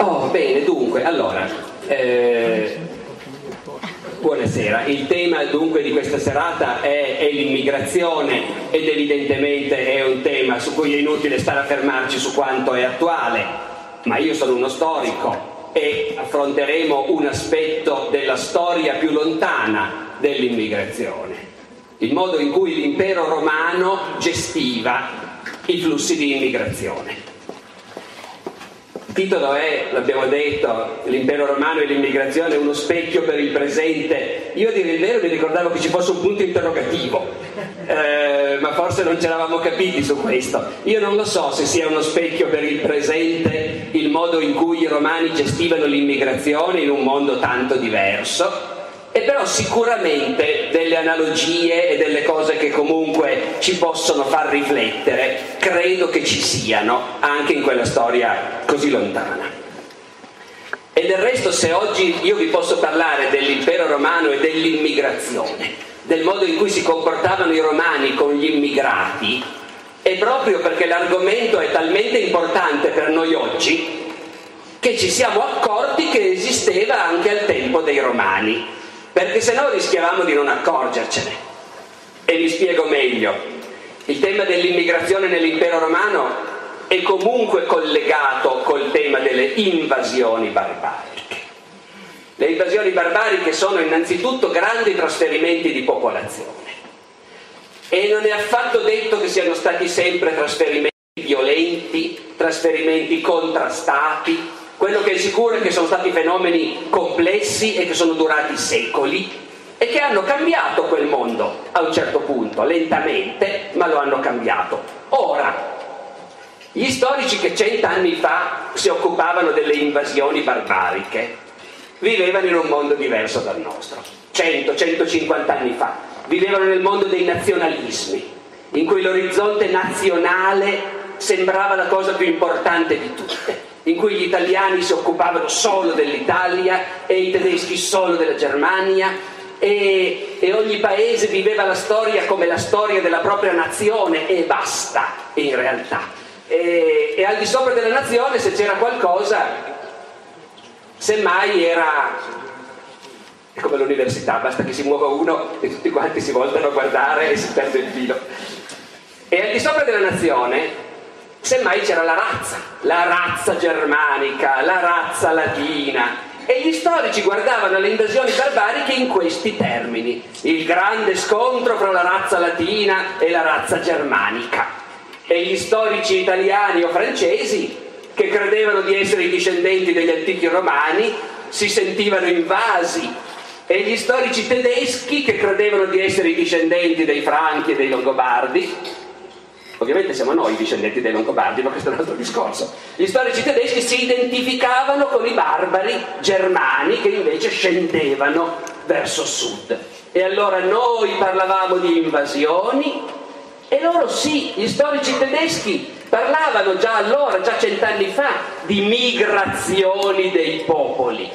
Oh, bene, dunque, allora, buonasera. Il tema dunque di questa serata è l'immigrazione ed evidentemente è un tema su cui è inutile stare a fermarci su quanto è attuale, ma io sono uno storico e affronteremo un aspetto della storia più lontana dell'immigrazione, il modo in cui l'impero romano gestiva i flussi di immigrazione. Il titolo è, l'abbiamo detto, l'impero romano e l'immigrazione, uno specchio per il presente. Io a dire il vero mi ricordavo che ci fosse un punto interrogativo, ma forse non ci eravamo capiti su questo. Io non lo so se sia uno specchio per il presente il modo in cui i romani gestivano l'immigrazione in un mondo tanto diverso, e però sicuramente delle analogie e delle cose che comunque ci possono far riflettere credo che ci siano anche in quella storia così lontana. E del resto, se oggi io vi posso parlare dell'impero romano e dell'immigrazione, del modo in cui si comportavano i romani con gli immigrati, è proprio perché l'argomento è talmente importante per noi oggi che ci siamo accorti che esisteva anche al tempo dei romani, perché se no rischiavamo di non accorgercene. E vi spiego meglio. Il tema dell'immigrazione nell'impero romano è comunque collegato col tema delle invasioni barbariche. Le invasioni barbariche sono innanzitutto grandi trasferimenti di popolazione, e non è affatto detto che siano stati sempre trasferimenti violenti, trasferimenti contrastati. Quello che è sicuro è che sono stati fenomeni complessi e che sono durati secoli e che hanno cambiato quel mondo a un certo punto, lentamente, ma lo hanno cambiato. Ora, gli storici che 100 anni fa si occupavano delle invasioni barbariche vivevano in un mondo diverso dal nostro. 100-150 anni fa vivevano nel mondo dei nazionalismi, in cui l'orizzonte nazionale sembrava la cosa più importante di tutte, in cui gli italiani si occupavano solo dell'Italia e i tedeschi solo della Germania, e ogni paese viveva la storia come la storia della propria nazione e basta, in realtà. E al di sopra della nazione, se c'era qualcosa, semmai era... è come l'università, basta che si muova uno e tutti quanti si voltano a guardare e si perde il filo. E al di sopra della nazione semmai c'era la razza germanica, la razza latina, e gli storici guardavano le invasioni barbariche in questi termini: il grande scontro fra la razza latina e la razza germanica. E gli storici italiani o francesi, che credevano di essere i discendenti degli antichi romani, si sentivano invasi, e gli storici tedeschi, che credevano di essere i discendenti dei Franchi e dei Longobardi, ovviamente siamo noi i discendenti dei Longobardi, ma questo è un altro discorso, gli storici tedeschi si identificavano con i barbari germani che invece scendevano verso sud. E allora noi parlavamo di invasioni e loro sì, gli storici tedeschi parlavano già allora, già 100 anni fa, di migrazioni dei popoli,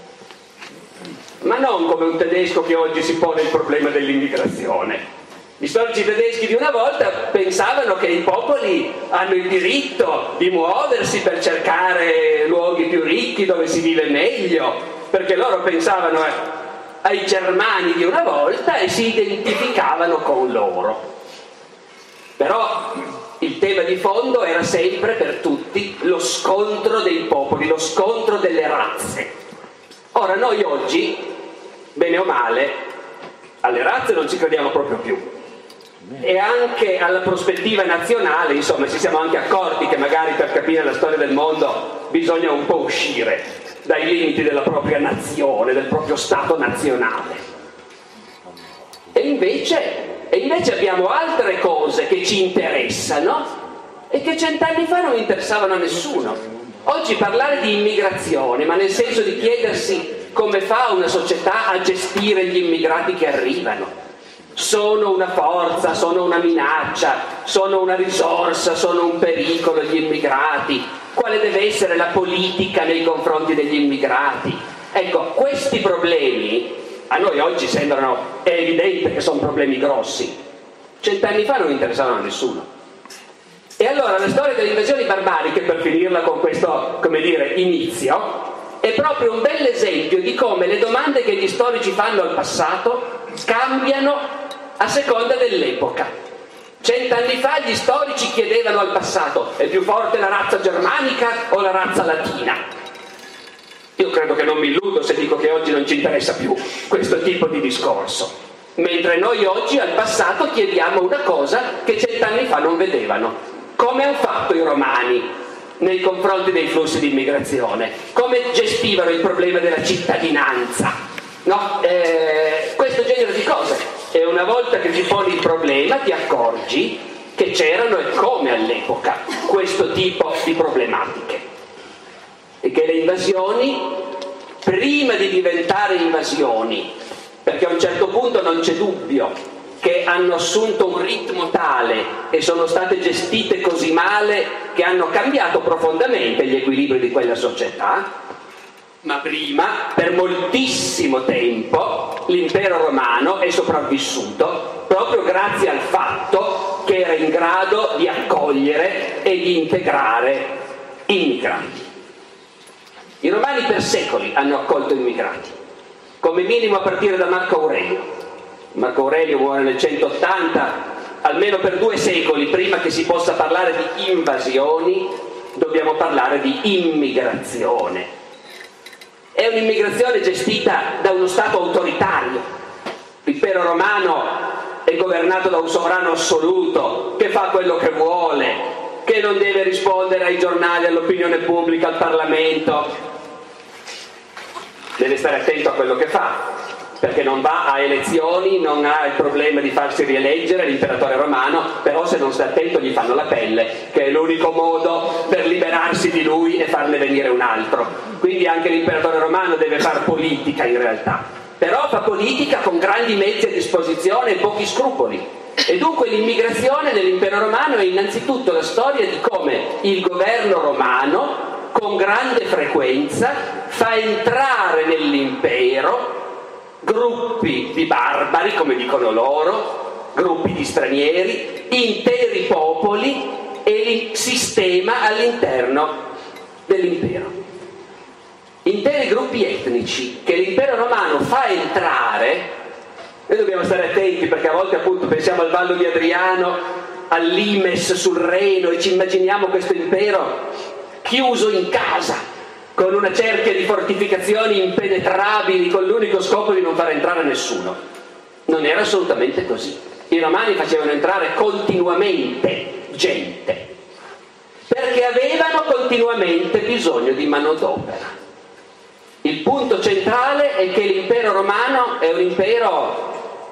ma non come un tedesco che oggi si pone il problema dell'immigrazione. Gli storici tedeschi di una volta pensavano che i popoli hanno il diritto di muoversi per cercare luoghi più ricchi dove si vive meglio, perché loro pensavano ai germani di una volta e si identificavano con loro. Però il tema di fondo era sempre per tutti lo scontro dei popoli, lo scontro delle razze. Ora noi oggi, bene o male, alle razze non ci crediamo proprio più. E anche alla prospettiva nazionale, insomma, ci siamo anche accorti che magari per capire la storia del mondo bisogna un po' uscire dai limiti della propria nazione, del proprio stato nazionale. E invece abbiamo altre cose che ci interessano e che 100 anni fa non interessavano a nessuno. Oggi parlare di immigrazione, ma nel senso di chiedersi come fa una società a gestire gli immigrati che arrivano. Sono una forza, sono una minaccia, sono una risorsa, sono un pericolo gli immigrati. Quale deve essere la politica nei confronti degli immigrati? Ecco, questi problemi a noi oggi sembrano, è evidente che sono problemi grossi. 100 anni fa non interessavano a nessuno. E allora la storia delle invasioni barbariche, per finirla con questo inizio, è proprio un bell'esempio di come le domande che gli storici fanno al passato cambiano a seconda dell'epoca. 100 anni fa gli storici chiedevano al passato: è più forte la razza germanica o la razza latina? Io credo che non mi illudo se dico che oggi non ci interessa più questo tipo di discorso, mentre noi oggi al passato chiediamo una cosa che 100 anni fa non vedevano. Come hanno fatto i romani nei confronti dei flussi di immigrazione? Come gestivano il problema della cittadinanza? No? Questo genere di cose. E una volta che ti poni il problema ti accorgi che c'erano, e come all'epoca, questo tipo di problematiche. E che le invasioni, prima di diventare invasioni, perché a un certo punto non c'è dubbio che hanno assunto un ritmo tale e sono state gestite così male che hanno cambiato profondamente gli equilibri di quella società, ma prima, per moltissimo tempo, l'impero romano è sopravvissuto proprio grazie al fatto che era in grado di accogliere e di integrare immigranti. I romani per secoli hanno accolto immigrati, come minimo a partire da Marco Aurelio. Marco Aurelio muore nel 180, almeno per 2 secoli prima che si possa parlare di invasioni dobbiamo parlare di immigrazione. È un'immigrazione gestita da uno Stato autoritario. L'impero romano è governato da un sovrano assoluto che fa quello che vuole, che non deve rispondere ai giornali, all'opinione pubblica, al Parlamento. Deve stare attento a quello che fa, perché non va a elezioni, non ha il problema di farsi rieleggere l'imperatore romano, però se non sta attento gli fanno la pelle, che è l'unico modo per liberarsi di lui e farne venire un altro. Quindi anche l'imperatore romano deve fare politica in realtà, però fa politica con grandi mezzi a disposizione e pochi scrupoli. E dunque l'immigrazione nell'impero romano è innanzitutto la storia di come il governo romano con grande frequenza fa entrare nell'impero gruppi di barbari, come dicono loro, gruppi di stranieri, interi popoli, e li sistema all'interno dell'impero. Interi gruppi etnici che l'impero romano fa entrare. Noi dobbiamo stare attenti perché a volte appunto pensiamo al Vallo di Adriano, all'Imes sul Reno, e ci immaginiamo questo impero chiuso in casa, con una cerchia di fortificazioni impenetrabili, con l'unico scopo di non far entrare nessuno. Non era assolutamente così. I romani facevano entrare continuamente gente, perché avevano continuamente bisogno di manodopera. Il punto centrale è che l'impero romano è un impero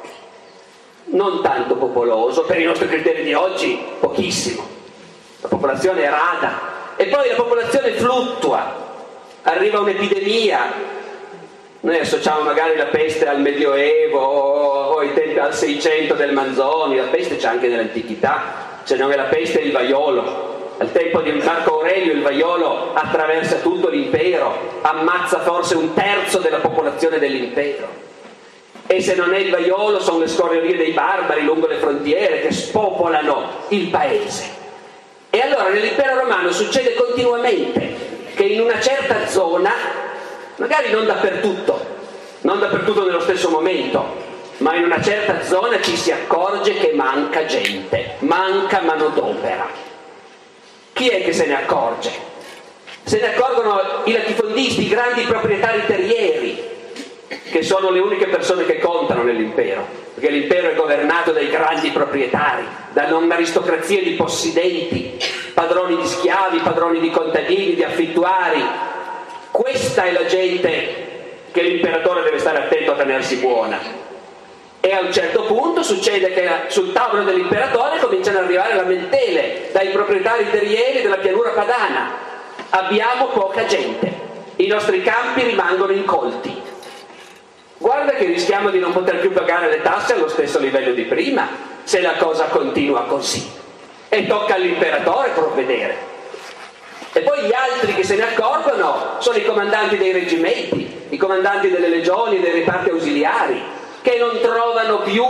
non tanto popoloso, per i nostri criteri di oggi pochissimo. La popolazione è rada, e poi la popolazione fluttua. Arriva un'epidemia, noi associamo magari la peste al Medioevo o ai tempi al 600 del Manzoni. La peste c'è anche nell'antichità, se non è la peste è il vaiolo. Al tempo di Marco Aurelio il vaiolo attraversa tutto l'impero, ammazza forse 1/3 della popolazione dell'impero, e se non è il vaiolo sono le scorrerie dei barbari lungo le frontiere che spopolano il paese. E allora nell'impero romano succede continuamente che in una certa zona, magari non dappertutto nello stesso momento, ma in una certa zona ci si accorge che manca gente, manca manodopera. Chi è che se ne accorge? Se ne accorgono i latifondisti, i grandi proprietari terrieri, che sono le uniche persone che contano nell'impero, perché l'impero è governato dai grandi proprietari, da un'aristocrazia di possidenti, padroni di schiavi, padroni di contadini, di affittuari. Questa è la gente che l'imperatore deve stare attento a tenersi buona. E a un certo punto succede che sul tavolo dell'imperatore cominciano ad arrivare lamentele dai proprietari terrieri della pianura padana: abbiamo poca gente, i nostri campi rimangono incolti, guarda che rischiamo di non poter più pagare le tasse allo stesso livello di prima se la cosa continua così. E tocca all'imperatore provvedere. E poi gli altri che se ne accorgono sono i comandanti dei reggimenti, i comandanti delle legioni, dei reparti ausiliari, che non trovano più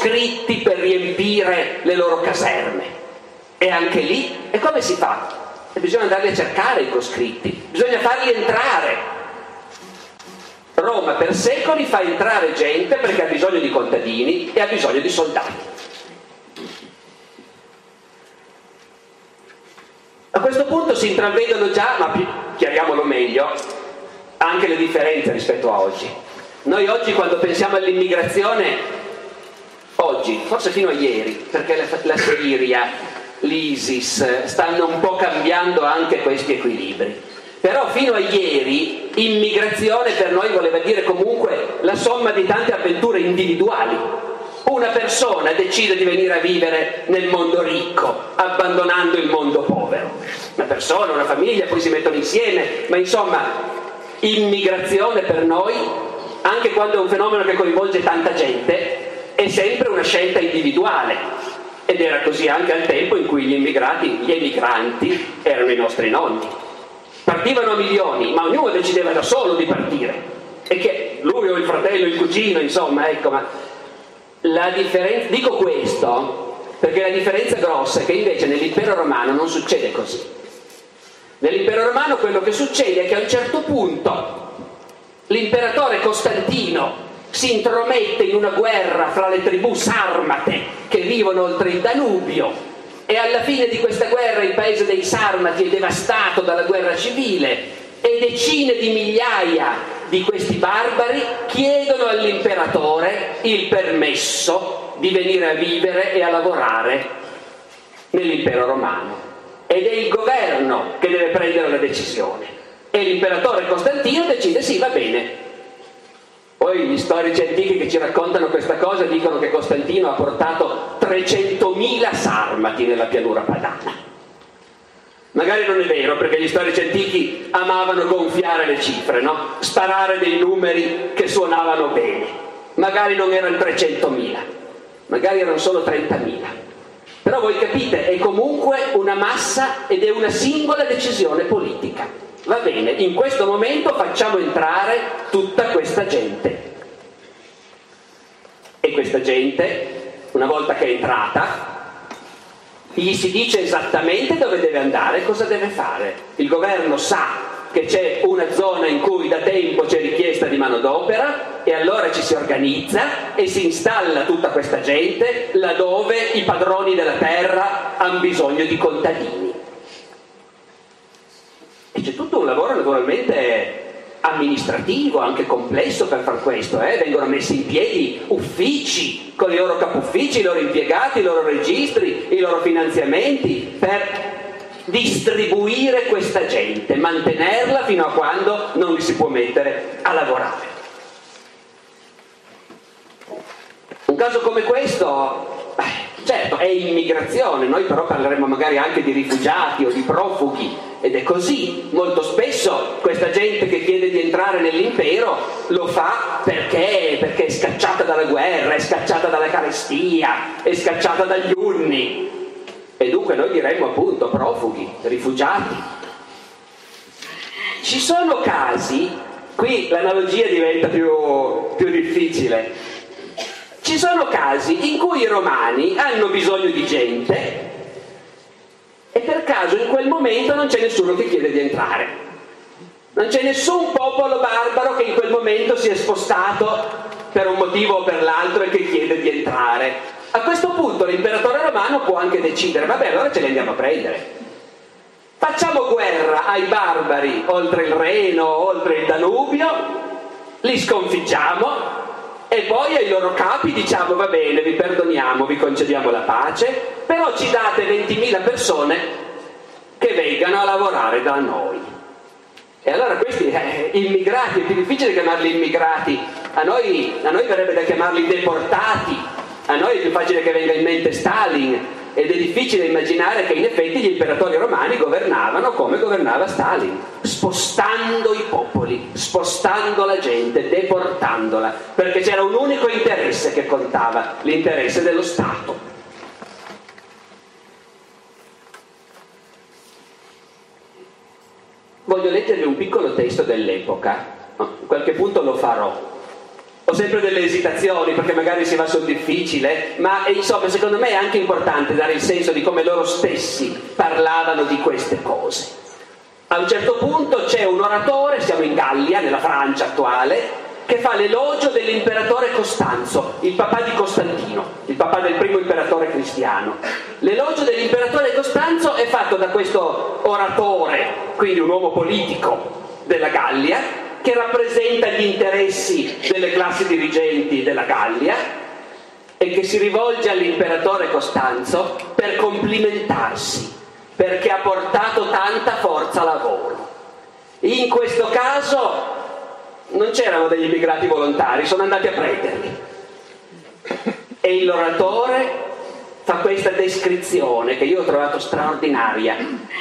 coscritti per riempire le loro caserme. E anche lì, e come si fa? e bisogna andarli a cercare i proscritti, bisogna farli entrare. Roma per secoli fa entrare gente perché ha bisogno di contadini e ha bisogno di soldati. A questo punto si intravedono già, ma chiariamolo meglio, anche le differenze rispetto a oggi. Noi oggi quando pensiamo all'immigrazione, oggi, forse fino a ieri, perché la Siria, l'ISIS stanno un po' cambiando anche questi equilibri. Però fino a ieri immigrazione per noi voleva dire comunque la somma di tante avventure individuali. Una persona decide di venire a vivere nel mondo ricco, abbandonando il mondo povero. Una persona, una famiglia, poi si mettono insieme, ma insomma, immigrazione per noi, anche quando è un fenomeno che coinvolge tanta gente, è sempre una scelta individuale. Ed era così anche al tempo in cui gli emigranti erano i nostri nonni. Partivano a milioni, ma ognuno decideva da solo di partire. E che lui o il fratello, il cugino, insomma, ecco, ma la differenza, dico questo perché la differenza grossa è che invece nell'impero romano non succede così. Nell'impero romano quello che succede è che a un certo punto l'imperatore Costantino si intromette in una guerra fra le tribù sarmate che vivono oltre il Danubio, e alla fine di questa guerra il paese dei Sarmati è devastato dalla guerra civile e decine di migliaia di questi barbari chiedono all'imperatore il permesso di venire a vivere e a lavorare nell'impero romano, ed è il governo che deve prendere la decisione, e l'imperatore Costantino decide sì, va bene. Poi gli storici antichi che ci raccontano questa cosa dicono che Costantino ha portato 300.000 sarmati nella pianura padana. Magari non è vero, perché gli storici antichi amavano gonfiare le cifre, no? Sparare dei numeri che suonavano bene. Magari non erano 300.000, magari erano solo 30.000. Però voi capite, è comunque una massa ed è una singola decisione politica. Va bene, in questo momento facciamo entrare tutta questa gente. E questa gente, una volta che è entrata, gli si dice esattamente dove deve andare, cosa deve fare. Il governo sa che c'è una zona in cui da tempo c'è richiesta di manodopera, e allora ci si organizza e si installa tutta questa gente laddove i padroni della terra hanno bisogno di contadini. E c'è tutto un lavoro naturalmente amministrativo, anche complesso per far questo, vengono messi in piedi uffici con i loro capuffici, i loro impiegati, i loro registri, i loro finanziamenti per distribuire questa gente, mantenerla fino a quando non li si può mettere a lavorare. Un caso come questo, certo, è immigrazione, noi però parleremo magari anche di rifugiati o di profughi, ed è così. Molto spesso questa gente che chiede di entrare nell'impero lo fa perché è scacciata dalla guerra, è scacciata dalla carestia, è scacciata dagli unni, e dunque noi diremmo appunto profughi, rifugiati. Ci sono casi, qui l'analogia diventa più difficile, ci sono casi in cui i romani hanno bisogno di gente e per caso in quel momento non c'è nessuno che chiede di entrare. Non c'è nessun popolo barbaro che in quel momento si è spostato per un motivo o per l'altro e che chiede di entrare. A questo punto l'imperatore romano può anche decidere, vabbè, allora ce li andiamo a prendere. Facciamo guerra ai barbari oltre il Reno, oltre il Danubio, li sconfiggiamo e poi ai loro capi diciamo va bene, vi perdoniamo, vi concediamo la pace, però ci date 20.000 persone che vengano a lavorare da noi. E allora questi immigrati, è più difficile chiamarli immigrati, a noi verrebbe da chiamarli deportati, a noi è più facile che venga in mente Stalin, ed è difficile immaginare che in effetti gli imperatori romani governavano come governava Stalin, spostando i popoli, spostando la gente, deportandola, perché c'era un unico interesse che contava, l'interesse dello Stato. Voglio leggervi un piccolo testo dell'epoca, a qualche punto lo farò. Ho sempre delle esitazioni perché magari si va sul difficile, ma insomma secondo me è anche importante dare il senso di come loro stessi parlavano di queste cose. A un certo punto c'è un oratore, siamo in Gallia, nella Francia attuale, che fa l'elogio dell'imperatore Costanzo, il papà di Costantino, il papà del primo imperatore cristiano. L'elogio dell'imperatore Costanzo è fatto da questo oratore, quindi un uomo politico della Gallia, che rappresenta gli interessi delle classi dirigenti della Gallia e che si rivolge all'imperatore Costanzo per complimentarsi, perché ha portato tanta forza lavoro. In questo caso non c'erano degli immigrati volontari, sono andati a prenderli. E l'oratore fa questa descrizione che io ho trovato straordinaria.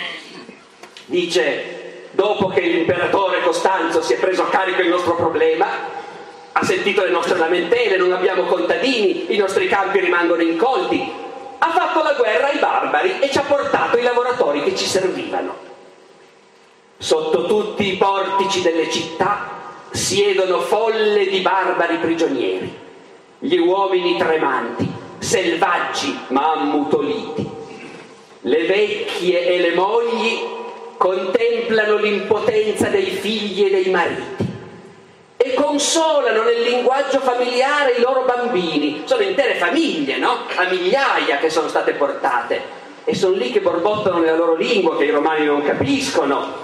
Dice: dopo che l'imperatore Costanzo si è preso a carico il nostro problema, ha sentito le nostre lamentele, non abbiamo contadini, i nostri campi rimangono incolti, ha fatto la guerra ai barbari e ci ha portato i lavoratori che ci servivano. Sotto tutti i portici delle città siedono folle di barbari prigionieri, gli uomini tremanti, selvaggi ma ammutoliti. Le vecchie e le mogli contemplano l'impotenza dei figli e dei mariti e consolano nel linguaggio familiare i loro bambini. Sono intere famiglie, no? A migliaia che sono state portate e sono lì che borbottano nella loro lingua che i romani non capiscono.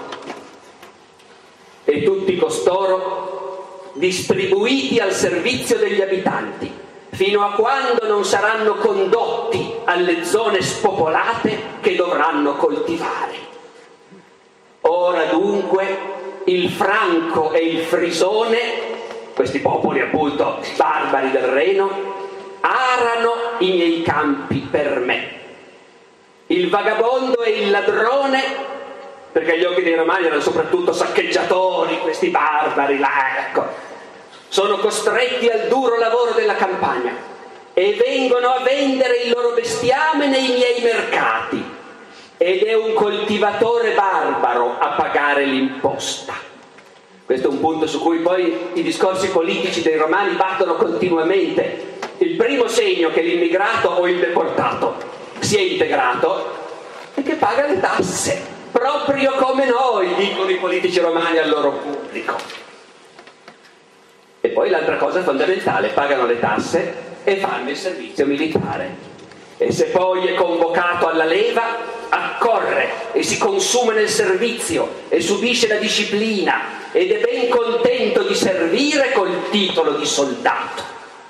E tutti costoro distribuiti al servizio degli abitanti fino a quando non saranno condotti alle zone spopolate che dovranno coltivare. Ora dunque il franco e il frisone, questi popoli appunto barbari del Reno, arano i miei campi per me. Il vagabondo e il ladrone, perché agli occhi dei romani erano soprattutto saccheggiatori, questi barbari là, ecco, sono costretti al duro lavoro della campagna e vengono a vendere il loro bestiame nei miei mercati. Ed è un coltivatore barbaro a pagare l'imposta. Questo è un punto su cui poi i discorsi politici dei romani battono continuamente. Il primo segno che l'immigrato o il deportato si è integrato è che paga le tasse, proprio come noi, dicono i politici romani al loro pubblico. E poi l'altra cosa fondamentale: pagano le tasse e fanno il servizio militare. E se poi è convocato alla leva, accorre e si consuma nel servizio e subisce la disciplina ed è ben contento di servire col titolo di soldato.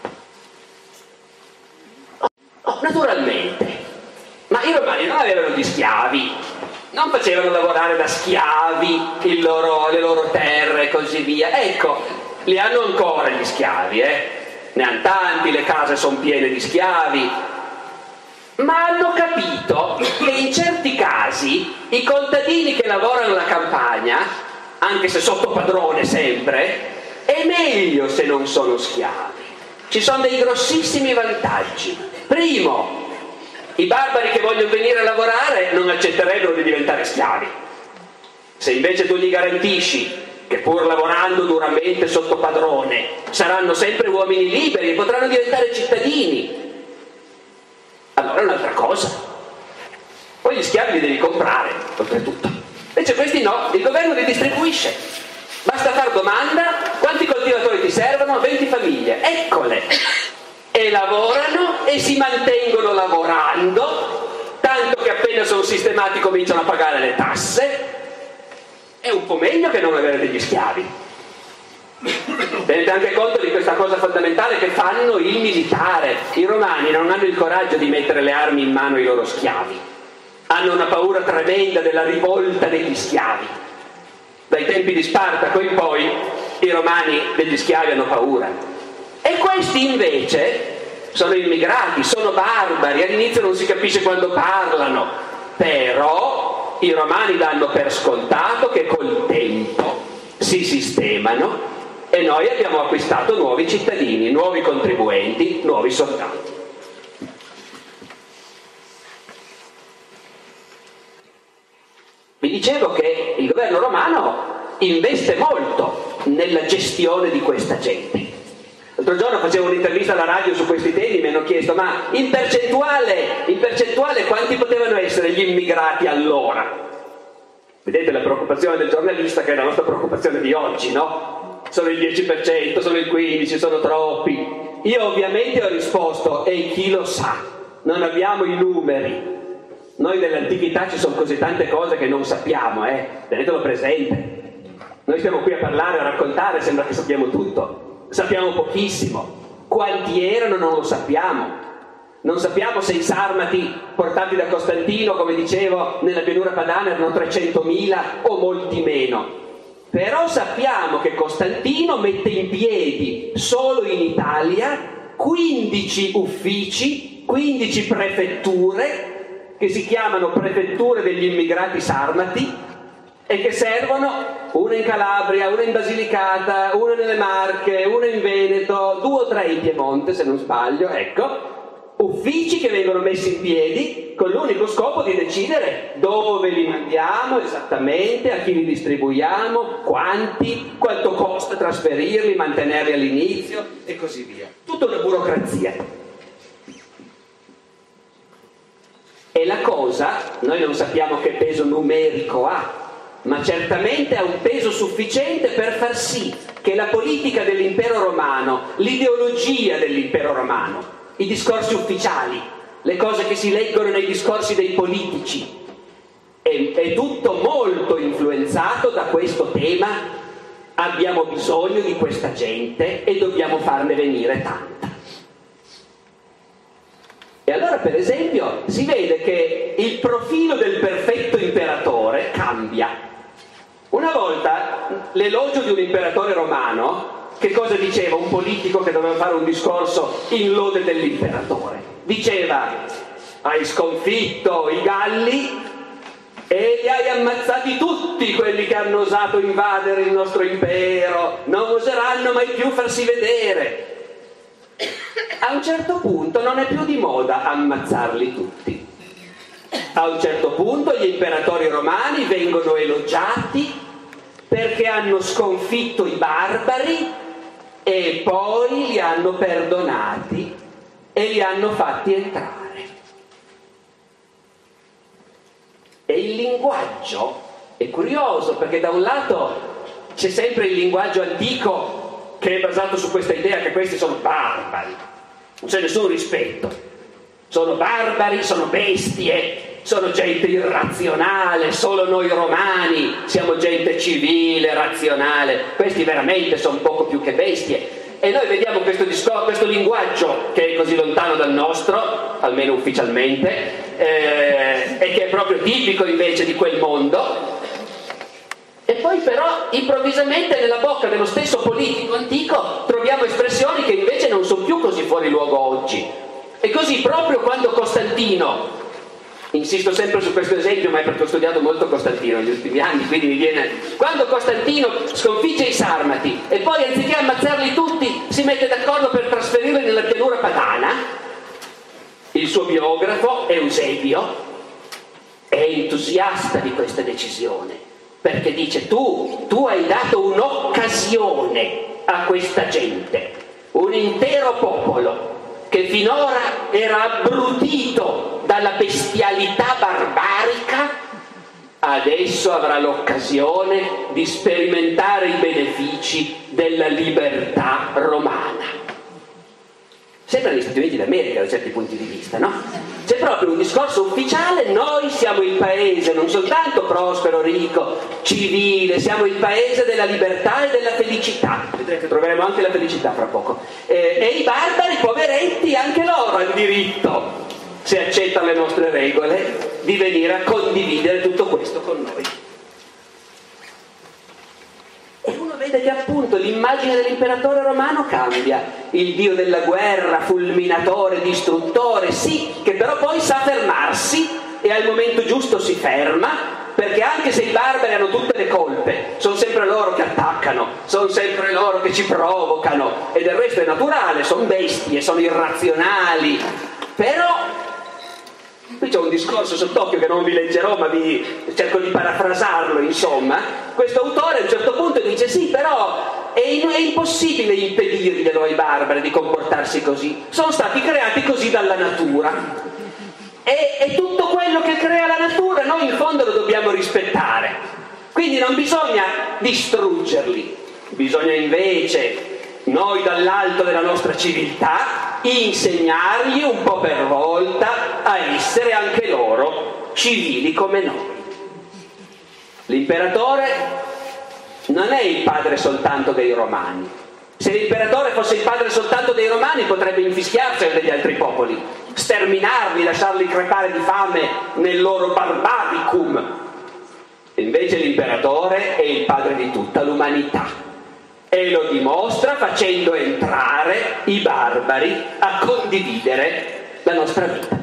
Naturalmente, ma i romani non avevano gli schiavi, non facevano lavorare da schiavi le loro terre e così via. Ecco, li hanno ancora gli schiavi, ne hanno tanti, le case sono piene di schiavi, ma hanno capito che in certi casi i contadini che lavorano la campagna, anche se sotto padrone sempre, è meglio se non sono schiavi. Ci sono dei grossissimi vantaggi. Primo, i barbari che vogliono venire a lavorare non accetterebbero di diventare schiavi. Se invece tu gli garantisci che pur lavorando duramente sotto padrone saranno sempre uomini liberi e potranno diventare cittadini, allora è un'altra cosa. Poi gli schiavi li devi comprare, oltretutto. Invece questi no, il governo li distribuisce. Basta far domanda: quanti coltivatori ti servono? 20 famiglie, eccole. E lavorano e si mantengono lavorando, tanto che appena sono sistemati cominciano a pagare le tasse. È un po' meglio che non avere degli schiavi. Tenete anche conto di questa cosa fondamentale che fanno il militare. I romani non hanno il coraggio di mettere le armi in mano ai loro schiavi, hanno una paura tremenda della rivolta degli schiavi. Dai tempi di Spartaco in poi i romani degli schiavi hanno paura, e questi invece sono immigrati, sono barbari, all'inizio non si capisce quando parlano, però i romani danno per scontato che col tempo si sistemano e noi abbiamo acquistato nuovi cittadini, nuovi contribuenti, nuovi soldati. Vi dicevo che il governo romano investe molto nella gestione di questa gente. L'altro giorno facevo un'intervista alla radio su questi temi, mi hanno chiesto: ma in percentuale quanti potevano essere gli immigrati allora? Vedete la preoccupazione del giornalista, che è la nostra preoccupazione di oggi, no? Sono il 10%, sono il 15%, sono troppi. Io ovviamente ho risposto: e chi lo sa? Non abbiamo i numeri. Noi nell'antichità ci sono così tante cose che non sappiamo, tenetelo presente. Noi stiamo qui a parlare, a raccontare, sembra che sappiamo tutto. Sappiamo pochissimo. Quanti erano non lo sappiamo. Non sappiamo se i sarmati portati da Costantino, come dicevo, nella pianura padana erano 300.000 o molti meno. Però sappiamo che Costantino mette in piedi solo in Italia 15 uffici, 15 prefetture, che si chiamano prefetture degli immigrati sarmati, e che servono una in Calabria, una in Basilicata, una nelle Marche, una in Veneto, 2 o 3 in Piemonte, se non sbaglio, ecco. Uffici che vengono messi in piedi con l'unico scopo di decidere dove li mandiamo esattamente, a chi li distribuiamo, quanto costa trasferirli, mantenerli all'inizio e così via. Tutta una burocrazia. E la cosa, noi non sappiamo che peso numerico ha, ma certamente ha un peso sufficiente per far sì che la politica dell'impero romano, l'ideologia dell'impero romano, i discorsi ufficiali, le cose che si leggono nei discorsi dei politici, è tutto molto influenzato da questo tema. Abbiamo bisogno di questa gente e dobbiamo farne venire tanta. E allora, per esempio, si vede che il profilo del perfetto imperatore cambia. Una volta l'elogio di un imperatore romano, che cosa diceva un politico che doveva fare un discorso in lode dell'imperatore? Diceva: hai sconfitto i Galli e li hai ammazzati tutti quelli che hanno osato invadere il nostro impero, non oseranno mai più farsi vedere. A un certo punto non è più di moda ammazzarli tutti. A un certo punto gli imperatori romani vengono elogiati perché hanno sconfitto i barbari e poi li hanno perdonati e li hanno fatti entrare. E il linguaggio è curioso, perché da un lato c'è sempre il linguaggio antico che è basato su questa idea che questi sono barbari, non c'è nessun rispetto, sono barbari, sono bestie, sono gente irrazionale, solo noi romani siamo gente civile, razionale, questi veramente sono poco più che bestie. E noi vediamo questo linguaggio che è così lontano dal nostro, almeno ufficialmente, e che è proprio tipico invece di quel mondo. E poi però improvvisamente nella bocca dello stesso politico antico troviamo espressioni che invece non sono più così fuori luogo oggi. E così proprio quando Costantino, insisto sempre su questo esempio, ma è perché ho studiato molto Costantino negli ultimi anni, quindi mi viene, quando Costantino sconfigge i Sarmati e poi anziché ammazzarli tutti si mette d'accordo per trasferirli nella pianura padana, il suo biografo Eusebio è entusiasta di questa decisione, perché dice: tu hai dato un'occasione a questa gente, un intero popolo che finora era abbrutito dalla bestialità barbarica, adesso avrà l'occasione di sperimentare i benefici della libertà romana. Sembra gli Stati Uniti d'America da certi punti di vista, no? C'è proprio un discorso ufficiale: noi siamo il paese non soltanto prospero, ricco, civile, siamo il paese della libertà e della felicità. Vedrete, troveremo anche la felicità fra poco. E i barbari, poveretti, anche loro hanno diritto, se accettano le nostre regole, di venire a condividere tutto questo con noi. E uno vede che appunto l'immagine dell'imperatore romano cambia, il dio della guerra, fulminatore, distruttore, sì, che però poi sa fermarsi e al momento giusto si ferma, perché anche se i barbari hanno tutte le colpe, sono sempre loro che attaccano, sono sempre loro che ci provocano, e del resto è naturale, sono bestie, sono irrazionali, però qui c'è un discorso sott'occhio che non vi leggerò, ma cerco di parafrasarlo, insomma. Questo autore a un certo punto dice sì, però è impossibile impedirglielo ai barbari di comportarsi così, sono stati creati così dalla natura e tutto quello che crea la natura noi in fondo lo dobbiamo rispettare, quindi non bisogna distruggerli, bisogna invece noi dall'alto della nostra civiltà insegnargli un po' per volta a essere anche loro civili come noi. L'imperatore non è il padre soltanto dei romani. Se l'imperatore fosse il padre soltanto dei romani potrebbe infischiarsene degli altri popoli, sterminarli, lasciarli crepare di fame nel loro barbaricum. Invece l'imperatore è il padre di tutta l'umanità e lo dimostra facendo entrare i barbari a condividere la nostra vita.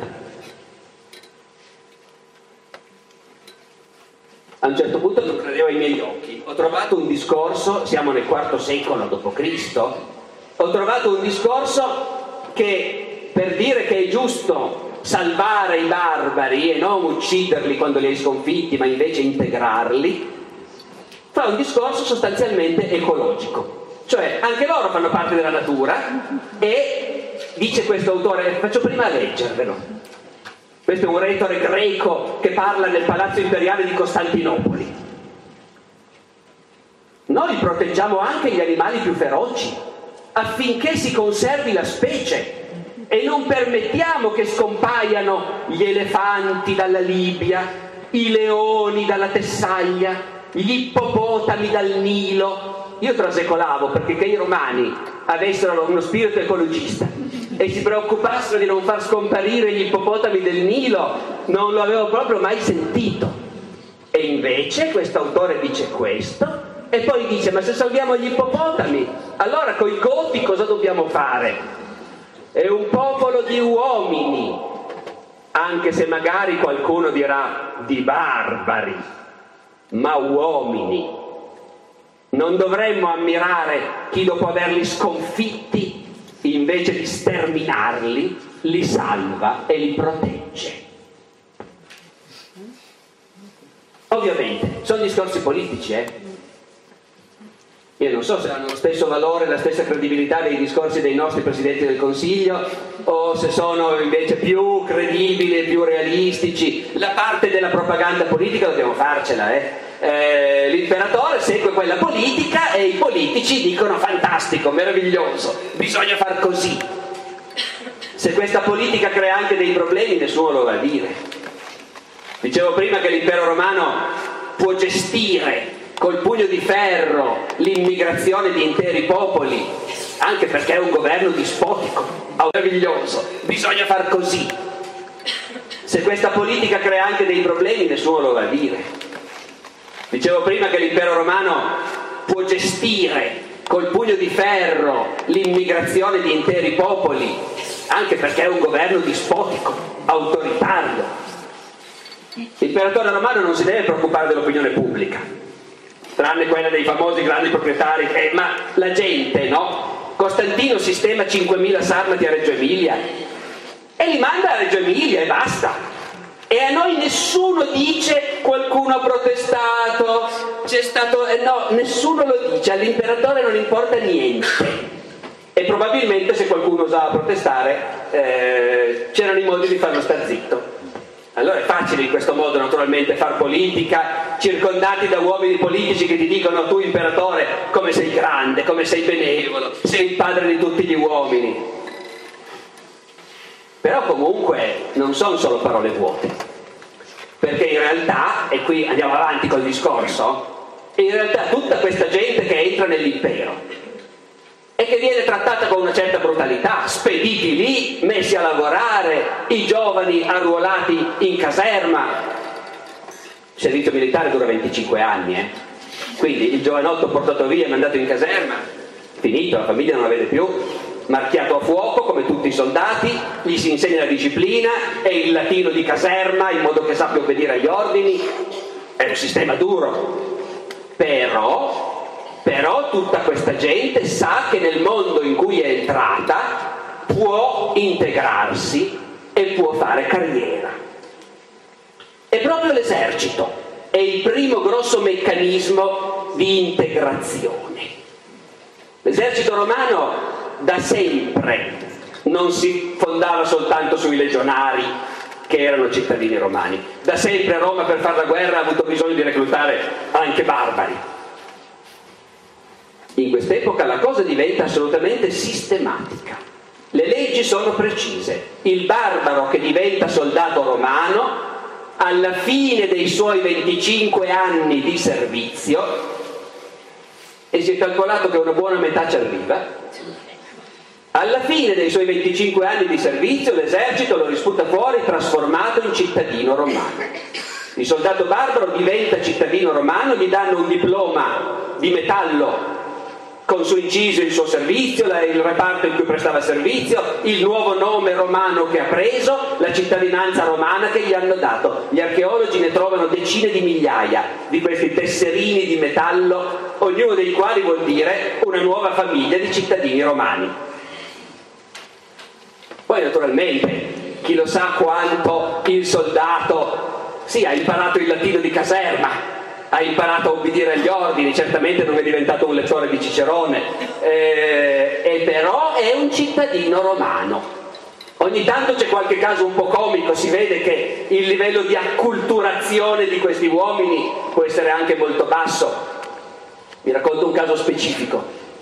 A un certo punto non credevo ai miei occhi, ho trovato un discorso, siamo nel IV secolo d.C., ho trovato un discorso che per dire che è giusto salvare i barbari e non ucciderli quando li hai sconfitti, ma invece integrarli, fa un discorso sostanzialmente ecologico, cioè anche loro fanno parte della natura e dice questo autore, faccio prima leggervelo. Questo è un retore greco che parla nel palazzo imperiale di Costantinopoli. Noi proteggiamo anche gli animali più feroci affinché si conservi la specie e non permettiamo che scompaiano gli elefanti dalla Libia, i leoni dalla Tessaglia, gli ippopotami dal Nilo. Io trasecolavo perché che i romani avessero uno spirito ecologista e si preoccupassero di non far scomparire gli ippopotami del Nilo non lo avevo proprio mai sentito. E invece questo autore dice questo e poi dice: ma se salviamo gli ippopotami, allora coi Goti cosa dobbiamo fare? È un popolo di uomini, anche se magari qualcuno dirà di barbari, ma uomini. Non dovremmo ammirare chi dopo averli sconfitti, invece di sterminarli, li salva e li protegge. Ovviamente, sono discorsi politici, Io non so se hanno lo stesso valore, la stessa credibilità dei discorsi dei nostri Presidenti del Consiglio o se sono invece più credibili e più realistici. La parte della propaganda politica dobbiamo farcela, L'imperatore segue quella politica e i politici dicono fantastico, meraviglioso, bisogna far così. Se questa politica crea anche dei problemi nessuno lo va a dire. Dicevo prima che l'impero romano può gestire col pugno di ferro l'immigrazione di interi popoli, anche perché è un governo dispotico, meraviglioso, bisogna far così. Se questa politica crea anche dei problemi nessuno lo va a dire. Dicevo prima che l'impero romano può gestire col pugno di ferro l'immigrazione di interi popoli, anche perché è un governo dispotico, autoritario. L'imperatore romano non si deve preoccupare dell'opinione pubblica, tranne quella dei famosi grandi proprietari, ma la gente, no? Costantino sistema 5.000 sarmati a Reggio Emilia e li manda a Reggio Emilia e basta. E a noi nessuno dice qualcuno ha protestato, c'è stato... no, nessuno lo dice, all'imperatore non importa niente. E probabilmente se qualcuno osava protestare c'erano i modi di farlo star zitto. Allora è facile in questo modo naturalmente far politica, circondati da uomini politici che ti dicono: tu imperatore come sei grande, come sei benevolo, sei il padre di tutti gli uomini. Però comunque non sono solo parole vuote, perché in realtà, e qui andiamo avanti col discorso, in realtà tutta questa gente che entra nell'impero e che viene trattata con una certa brutalità, spediti lì, messi a lavorare, i giovani arruolati in caserma. Il servizio militare dura 25 anni, quindi il giovanotto portato via e mandato in caserma, finito, la famiglia non la vede più, marchiato a fuoco come tutti i soldati, gli si insegna la disciplina e il latino di caserma in modo che sappia obbedire agli ordini. È un sistema duro, però tutta questa gente sa che nel mondo in cui è entrata può integrarsi e può fare carriera. E proprio l'esercito è il primo grosso meccanismo di integrazione. L'esercito romano da sempre non si fondava soltanto sui legionari che erano cittadini romani. Da sempre Roma, per fare la guerra, ha avuto bisogno di reclutare anche barbari. In quest'epoca la cosa diventa assolutamente sistematica. Le leggi sono precise. Il barbaro che diventa soldato romano, alla fine dei suoi 25 anni di servizio, e si è calcolato che una buona metà ci arriva, alla fine dei suoi 25 anni di servizio l'esercito lo risputa fuori trasformato in cittadino romano. Il soldato barbaro diventa cittadino romano, gli danno un diploma di metallo con su inciso il suo servizio, il reparto in cui prestava servizio, il nuovo nome romano che ha preso, la cittadinanza romana che gli hanno dato. Gli archeologi ne trovano decine di migliaia di questi tesserini di metallo, ognuno dei quali vuol dire una nuova famiglia di cittadini romani. Poi naturalmente chi lo sa quanto il soldato ha imparato il latino di caserma, ha imparato a obbedire agli ordini, certamente non è diventato un lettore di Cicerone, e però è un cittadino romano. Ogni tanto c'è qualche caso un po' comico, si vede che il livello di acculturazione di questi uomini può essere anche molto basso. Vi racconto un caso specifico.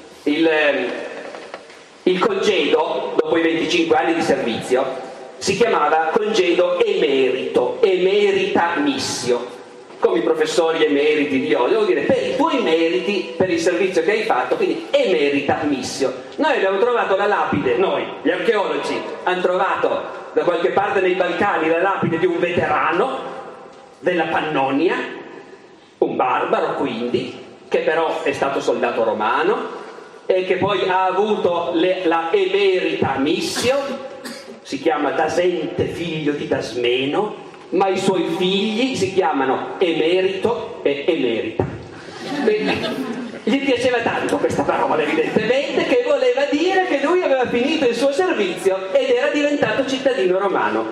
Il congedo, dopo i 25 anni di servizio, si chiamava congedo emerito, emerita missio. Come i professori emeriti di oggi, devo dire per i tuoi meriti, per il servizio che hai fatto, quindi emerita missio. Noi abbiamo trovato la lapide, noi, gli archeologi, hanno trovato da qualche parte nei Balcani la lapide di un veterano della Pannonia, un barbaro quindi, che però è stato soldato romano e che poi ha avuto la emerita missio, si chiama Dasente figlio di Dasmeno, ma i suoi figli si chiamano Emerito e Emerita. Gli piaceva tanto questa parola, evidentemente, che voleva dire che lui aveva finito il suo servizio ed era diventato cittadino romano.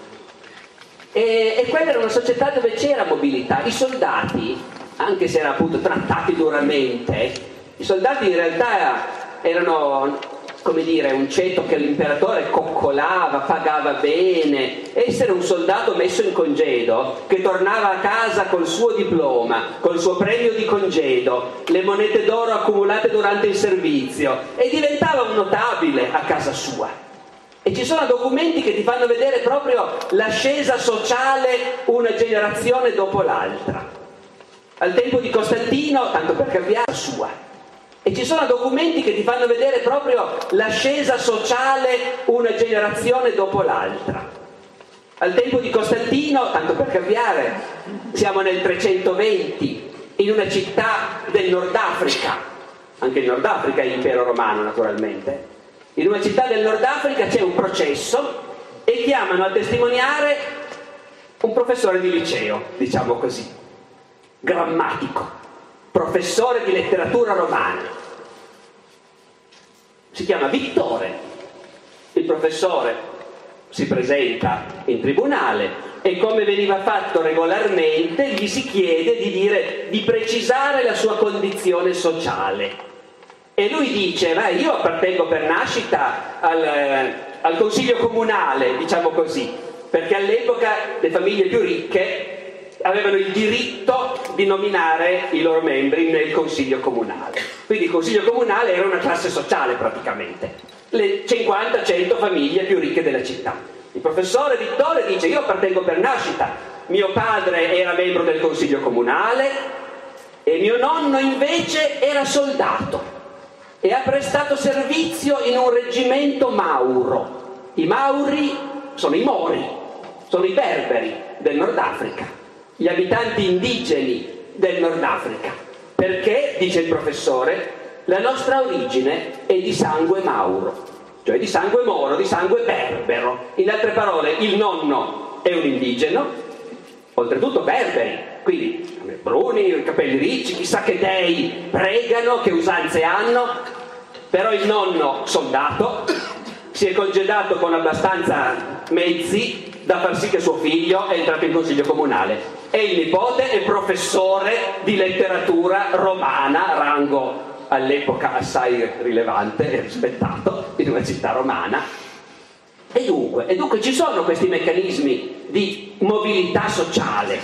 E quella era una società dove c'era mobilità. I soldati, anche se erano appunto trattati duramente, i soldati in realtà erano, come dire, un ceto che l'imperatore coccolava, pagava bene. Essere un soldato messo in congedo, che tornava a casa col suo diploma, col suo premio di congedo, le monete d'oro accumulate durante il servizio, e diventava un notabile a casa sua. E ci sono documenti che ti fanno vedere proprio l'ascesa sociale una generazione dopo l'altra. Al tempo di Costantino, tanto per cambiare, sua. E ci sono documenti che ti fanno vedere proprio l'ascesa sociale una generazione dopo l'altra. Al tempo di Costantino, tanto per cambiare, siamo nel 320, in una città del Nord Africa, anche il Nord Africa è impero romano naturalmente, in una città del Nord Africa c'è un processo e chiamano a testimoniare un professore di liceo, diciamo così, grammatico, professore di letteratura romana. Si chiama Vittore. Il professore si presenta in tribunale e, come veniva fatto regolarmente, gli si chiede di precisare la sua condizione sociale. E lui dice: io appartengo per nascita al consiglio comunale, diciamo così, perché all'epoca le famiglie più ricche avevano il diritto di nominare i loro membri nel consiglio comunale. Quindi il consiglio comunale era una classe sociale praticamente, le 50-100 famiglie più ricche della città. Il professore Vittore dice: io appartengo per nascita, mio padre era membro del consiglio comunale e mio nonno invece era soldato e ha prestato servizio in un reggimento mauro. I mauri sono i mori, sono i berberi del Nord Africa, gli abitanti indigeni del Nord Africa, perché, dice il professore, la nostra origine è di sangue mauro, cioè di sangue moro, di sangue berbero. In altre parole, il nonno è un indigeno, oltretutto berberi, quindi bruni, capelli ricci, chissà che dei pregano, che usanze hanno, però il nonno soldato si è congedato con abbastanza mezzi da far sì che suo figlio è entrato in consiglio comunale. e il nipote è professore di letteratura romana, rango all'epoca assai rilevante e rispettato in una città romana. E dunque ci sono questi meccanismi di mobilità sociale.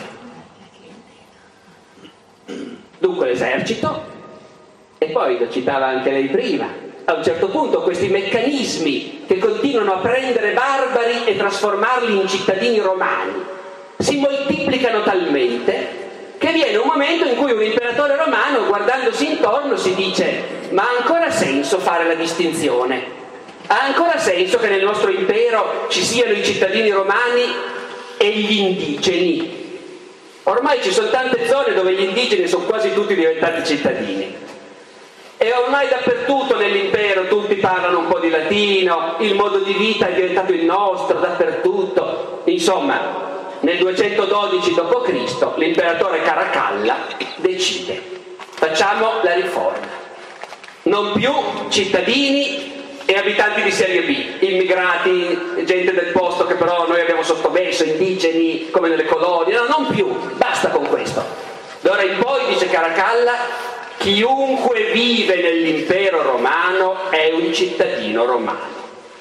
Dunque l'esercito, e poi lo citava anche lei prima, a un certo punto questi meccanismi che continuano a prendere barbari e trasformarli in cittadini romani si moltiplicano talmente che viene un momento in cui un imperatore romano, guardandosi intorno, si dice: ma ha ancora senso fare la distinzione? Ha ancora senso che nel nostro impero ci siano i cittadini romani e gli indigeni? Ormai ci sono tante zone dove gli indigeni sono quasi tutti diventati cittadini. E ormai dappertutto nell'impero tutti parlano un po' di latino, il modo di vita è diventato il nostro dappertutto. Insomma, nel 212 d.C. l'imperatore Caracalla decide: facciamo la riforma. Non più cittadini e abitanti di serie B, immigrati, gente del posto che però noi abbiamo sottomesso, indigeni come nelle colonie, no, non più, basta con questo. D'ora in poi, dice Caracalla, chiunque vive nell'impero romano è un cittadino romano.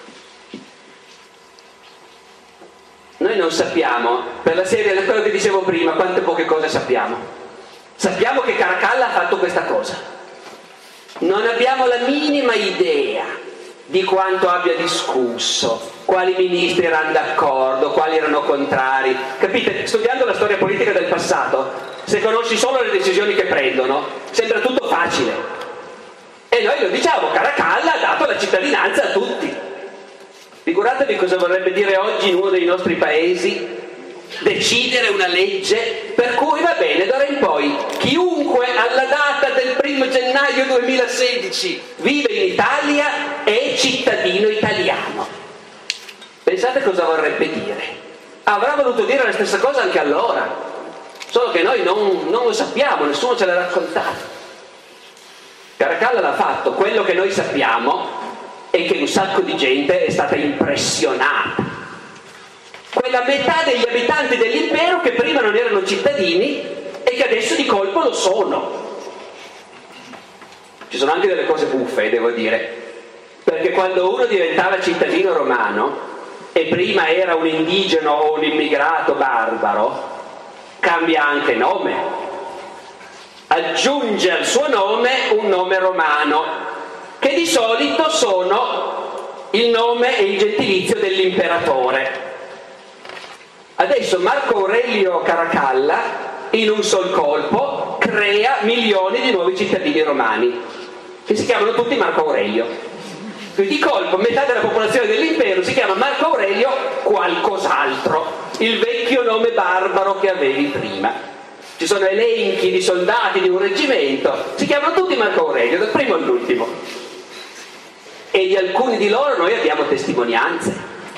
Noi non sappiamo, per la serie di quello che dicevo prima, quante poche cose sappiamo. Sappiamo che Caracalla ha fatto questa cosa. Non abbiamo la minima idea di quanto abbia discusso, quali ministri erano d'accordo, quali erano contrari. Capite? Studiando la storia politica del passato, se conosci solo le decisioni che prendono, sembra tutto facile. E noi lo diciamo, Caracalla ha dato la cittadinanza a tutti. Figuratevi cosa vorrebbe dire oggi in uno dei nostri paesi decidere una legge per cui va bene, d'ora in poi chiunque alla data del 1° gennaio 2016 vive in Italia è cittadino italiano. Pensate cosa vorrebbe dire. Avrà voluto dire la stessa cosa anche allora, solo che noi non lo sappiamo, nessuno ce l'ha raccontato. Caracalla l'ha fatto. Quello che noi sappiamo è che un sacco di gente è stata impressionata. Quella metà degli abitanti dell'impero che prima non erano cittadini e che adesso di colpo lo sono. Ci sono anche delle cose buffe, devo dire, perché quando uno diventava cittadino romano e prima era un indigeno o un immigrato barbaro, cambia anche nome, aggiunge al suo nome un nome romano, che di solito sono il nome e il gentilizio dell'imperatore. Adesso Marco Aurelio Caracalla, in un sol colpo, crea milioni di nuovi cittadini romani, che si chiamano tutti Marco Aurelio. Quindi di colpo metà della popolazione dell'impero si chiama Marco Aurelio qualcos'altro, il vecchio nome barbaro che avevi prima. Ci sono elenchi di soldati di un reggimento, si chiamano tutti Marco Aurelio, dal primo all'ultimo. E di alcuni di loro noi abbiamo testimonianze.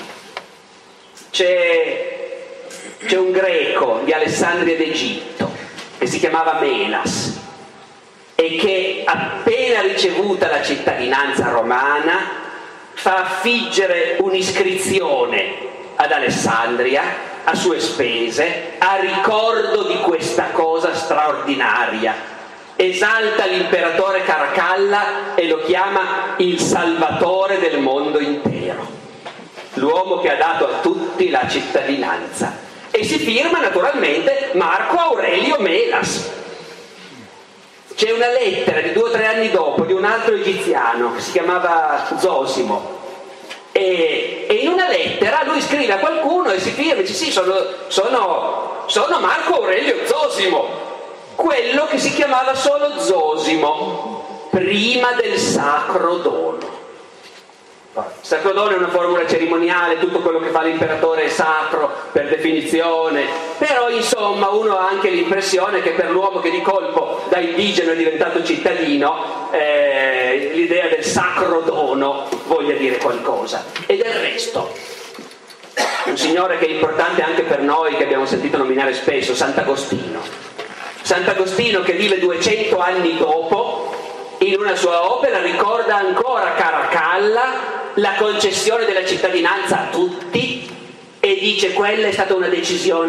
C'è un greco di Alessandria d'Egitto che si chiamava Melas e che, appena ricevuta la cittadinanza romana, fa affiggere un'iscrizione ad Alessandria a sue spese a ricordo di questa cosa straordinaria. Esalta l'imperatore Caracalla e lo chiama il salvatore del mondo intero, l'uomo che ha dato a tutti la cittadinanza. E si firma naturalmente Marco Aurelio Melas. C'è una lettera di 2 o 3 anni dopo di un altro egiziano che si chiamava Zosimo, e in una lettera lui scrive a qualcuno e si firma e dice: sì, sono Marco Aurelio Zosimo, quello che si chiamava solo Zosimo prima del sacro dono. Il sacro dono è una formula cerimoniale, tutto quello che fa l'imperatore è sacro per definizione, però insomma uno ha anche l'impressione che per l'uomo che di colpo da indigeno è diventato cittadino l'idea del sacro dono voglia dire qualcosa. E del resto un signore che è importante anche per noi, che abbiamo sentito nominare spesso, Sant'Agostino, che vive 200 anni dopo, in una sua opera ricorda ancora Caracalla, la concessione della cittadinanza a tutti, e dice: quella è stata una decisione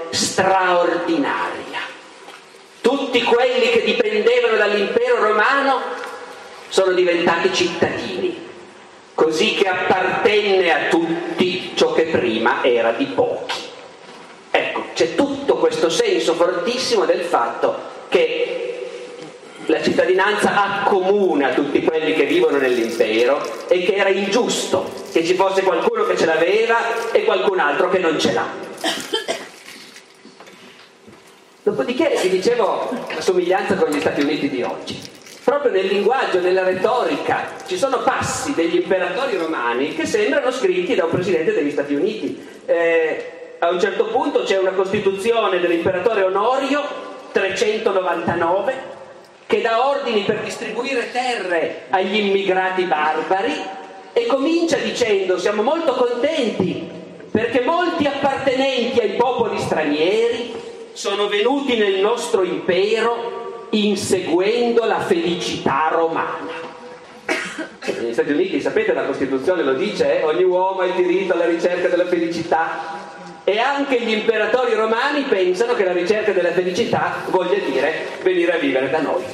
straordinaria. Tutti quelli che dipendevano dall'impero romano sono diventati cittadini, così che appartenne a tutti ciò che prima era di pochi. Ecco, c'è tutto questo senso fortissimo del fatto che la cittadinanza accomuna tutti quelli che vivono nell'impero e che era ingiusto che ci fosse qualcuno che ce l'aveva e qualcun altro che non ce l'ha. Dopodiché vi dicevo la somiglianza con gli Stati Uniti di oggi. Proprio nel linguaggio, nella retorica, ci sono passi degli imperatori romani che sembrano scritti da un presidente degli Stati Uniti. A un certo punto c'è una costituzione dell'imperatore Onorio, 399, che dà ordini per distribuire terre agli immigrati barbari e comincia dicendo: siamo molto contenti perché molti appartenenti ai popoli stranieri sono venuti nel nostro impero inseguendo la felicità romana. Negli Stati Uniti, sapete, la Costituzione lo dice, ogni uomo ha il diritto alla ricerca della felicità, e anche gli imperatori romani pensano che la ricerca della felicità voglia dire venire a vivere da noi.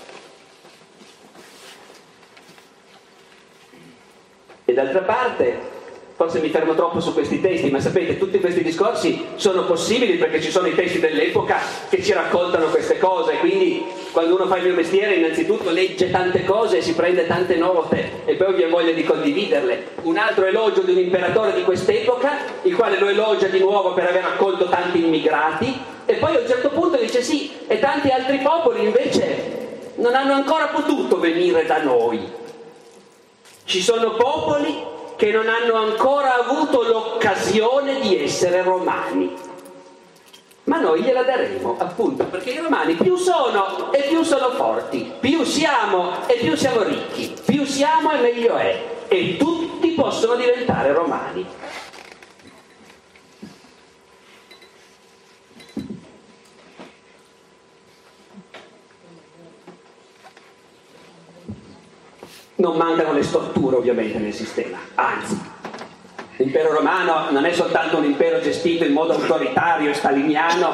E d'altra parte, forse mi fermo troppo su questi testi, ma sapete, tutti questi discorsi sono possibili perché ci sono i testi dell'epoca che ci raccontano queste cose, quindi quando uno fa il mio mestiere innanzitutto legge tante cose e si prende tante note e poi viene voglia di condividerle. Un altro elogio di un imperatore di quest'epoca, il quale lo elogia di nuovo per aver accolto tanti immigrati, e poi a un certo punto dice sì, e tanti altri popoli invece non hanno ancora potuto venire da noi. Ci sono popoli che non hanno ancora avuto l'occasione di essere romani, ma noi gliela daremo, appunto, perché i romani più sono e più sono forti, più siamo e più siamo ricchi, più siamo e meglio è, e tutti possono diventare romani. Non mancano le storture ovviamente nel sistema, anzi, l'impero romano non è soltanto un impero gestito in modo autoritario e staliniano,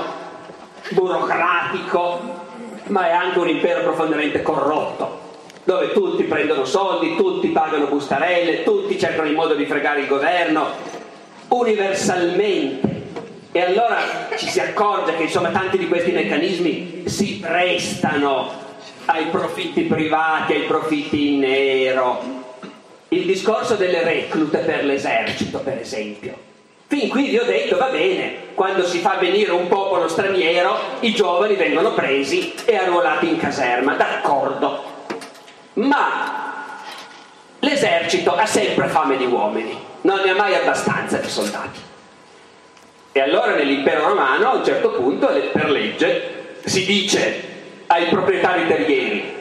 burocratico, ma è anche un impero profondamente corrotto, dove tutti prendono soldi, tutti pagano bustarelle, tutti cercano il modo di fregare il governo, universalmente. E allora ci si accorge che insomma tanti di questi meccanismi si prestano ai profitti privati, ai profitti in nero. Il discorso delle reclute per l'esercito, per esempio. Fin qui vi ho detto, va bene, quando si fa venire un popolo straniero, i giovani vengono presi e arruolati in caserma, d'accordo. Ma l'esercito ha sempre fame di uomini, non ne ha mai abbastanza di soldati. E allora nell'impero romano, a un certo punto, per legge, si dice ai proprietari terrieri: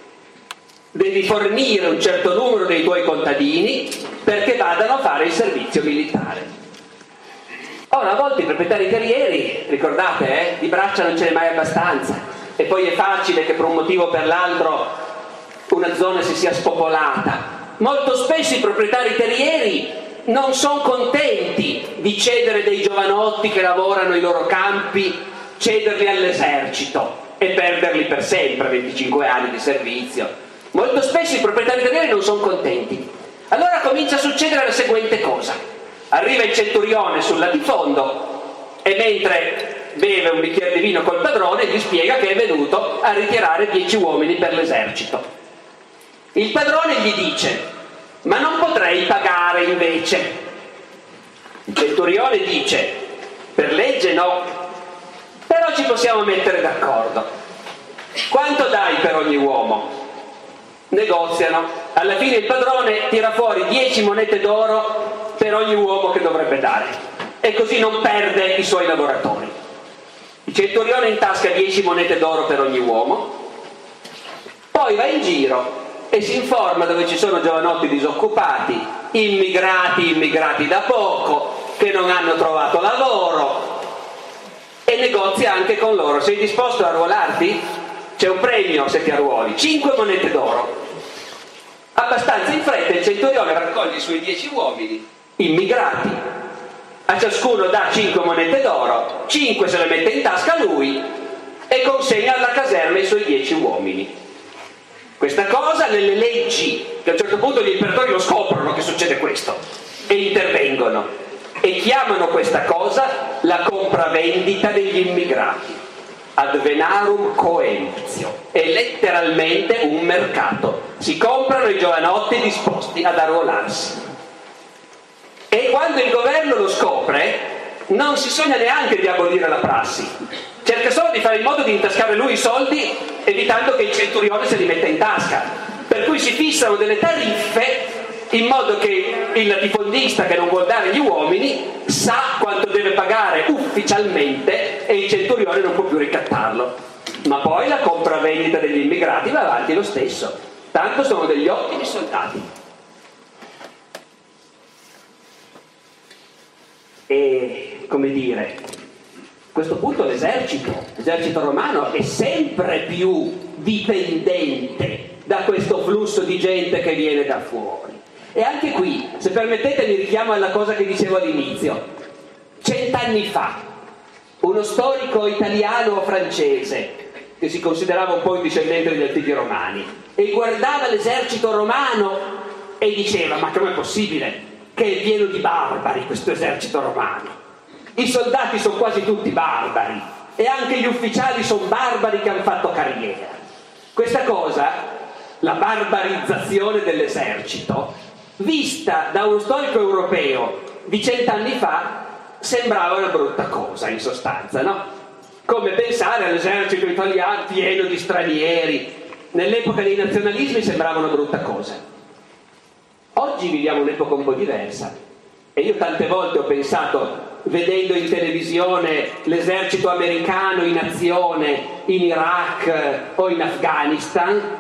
devi fornire un certo numero dei tuoi contadini perché vadano a fare il servizio militare. Ora, a volte i proprietari terrieri, ricordate, di braccia non ce n'è mai abbastanza, e poi è facile che per un motivo o per l'altro una zona si sia spopolata. Molto spesso i proprietari terrieri non sono contenti di cedere dei giovanotti che lavorano i loro campi, cederli all'esercito e perderli per sempre, 25 anni di servizio. Molto spesso i proprietari terrieri non sono contenti. Allora comincia a succedere la seguente cosa: arriva il centurione sul latifondo e mentre beve un bicchiere di vino col padrone gli spiega che è venuto a ritirare 10 uomini per l'esercito. Il padrone gli dice: ma non potrei pagare invece? Il centurione dice: per legge no, però ci possiamo mettere d'accordo. Quanto dai per ogni uomo? Negoziano. Alla fine il padrone tira fuori 10 monete d'oro per ogni uomo che dovrebbe dare, e così non perde i suoi lavoratori. Il centurione intasca 10 monete d'oro per ogni uomo, poi va in giro e si informa dove ci sono giovanotti disoccupati, immigrati da poco, che non hanno trovato lavoro, e negozia anche con loro. Sei disposto a arruolarti? C'è un premio se ti arruoli, 5 monete d'oro. Abbastanza in fretta il centurione raccoglie i suoi 10 uomini immigrati A ciascuno dà 5 monete d'oro, 5 se le mette in tasca lui e consegna alla caserma i suoi 10 uomini. Questa cosa nelle leggi, che a un certo punto gli imperatori lo scoprono che succede questo e intervengono e chiamano questa cosa la compravendita degli immigrati, ad venarum coemptio, è letteralmente un mercato, si comprano i giovanotti disposti ad arruolarsi. E quando il governo lo scopre non si sogna neanche di abolire la prassi, cerca solo di fare in modo di intascare lui i soldi evitando che il centurione se li metta in tasca, per cui si fissano delle tariffe in modo che il latifondista che non vuol dare gli uomini sa quanto deve pagare ufficialmente e il centurione non può più ricattarlo. Ma poi la compravendita degli immigrati va avanti lo stesso, tanto sono degli ottimi soldati. E come dire, a questo punto l'esercito romano è sempre più dipendente da questo flusso di gente che viene da fuori. E anche qui, se permettete, mi richiamo alla cosa che dicevo all'inizio. 100 anni fa, uno storico italiano o francese, che si considerava un po' un discendente degli antichi romani, e guardava l'esercito romano e diceva: ma com'è possibile che è pieno di barbari questo esercito romano? I soldati sono quasi tutti barbari e anche gli ufficiali sono barbari che hanno fatto carriera. Questa cosa, la barbarizzazione dell'esercito, vista da uno storico europeo di 100 anni fa, sembrava una brutta cosa, in sostanza, no? Come pensare all'esercito italiano pieno di stranieri. Nell'epoca dei nazionalismi sembrava una brutta cosa. Oggi viviamo un'epoca un po' diversa e io tante volte ho pensato, vedendo in televisione l'esercito americano in azione in Iraq o in Afghanistan,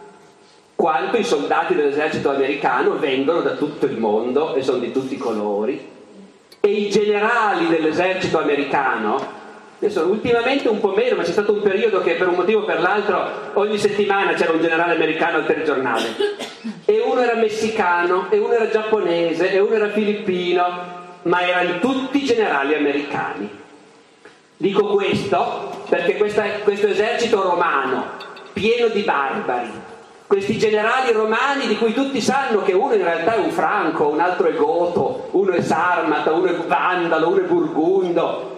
quanto i soldati dell'esercito americano vengono da tutto il mondo e sono di tutti i colori, e i generali dell'esercito americano, adesso ultimamente un po' meno, ma c'è stato un periodo che per un motivo o per l'altro ogni settimana c'era un generale americano al telegiornale, e uno era messicano, e uno era giapponese, e uno era filippino, ma erano tutti generali americani. Dico questo perché questo esercito romano pieno di barbari, questi generali romani di cui tutti sanno che uno in realtà è un franco, un altro è goto, uno è sarmata, uno è vandalo, uno è burgundo,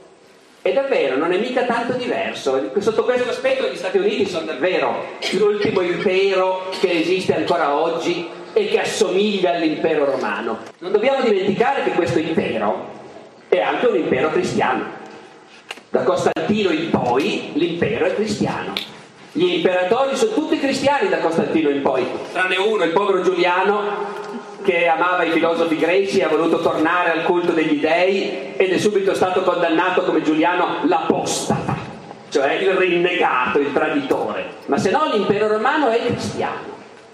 e davvero non è mica tanto diverso. Sotto questo aspetto gli Stati Uniti sono davvero l'ultimo impero che esiste ancora oggi e che assomiglia all'impero romano. Non dobbiamo dimenticare che questo impero è anche un impero cristiano. Da Costantino in poi l'impero è cristiano. Gli imperatori sono tutti cristiani da Costantino in poi, tranne uno, il povero Giuliano, che amava i filosofi greci e ha voluto tornare al culto degli dei ed è subito stato condannato come Giuliano l'apostata, cioè il rinnegato, il traditore. Ma se no l'impero romano è cristiano.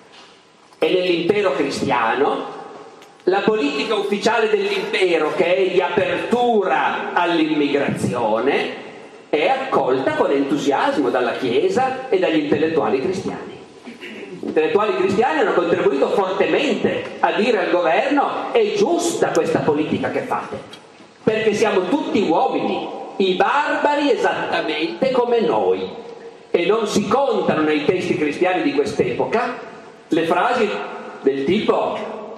E nell'impero cristiano la politica ufficiale dell'impero, che è di apertura all'immigrazione, è accolta con entusiasmo dalla Chiesa e dagli intellettuali cristiani. Gli intellettuali cristiani hanno contribuito fortemente a dire al governo: è giusta questa politica che fate, perché siamo tutti uomini, i barbari esattamente come noi. E non si contano nei testi cristiani di quest'epoca le frasi del tipo: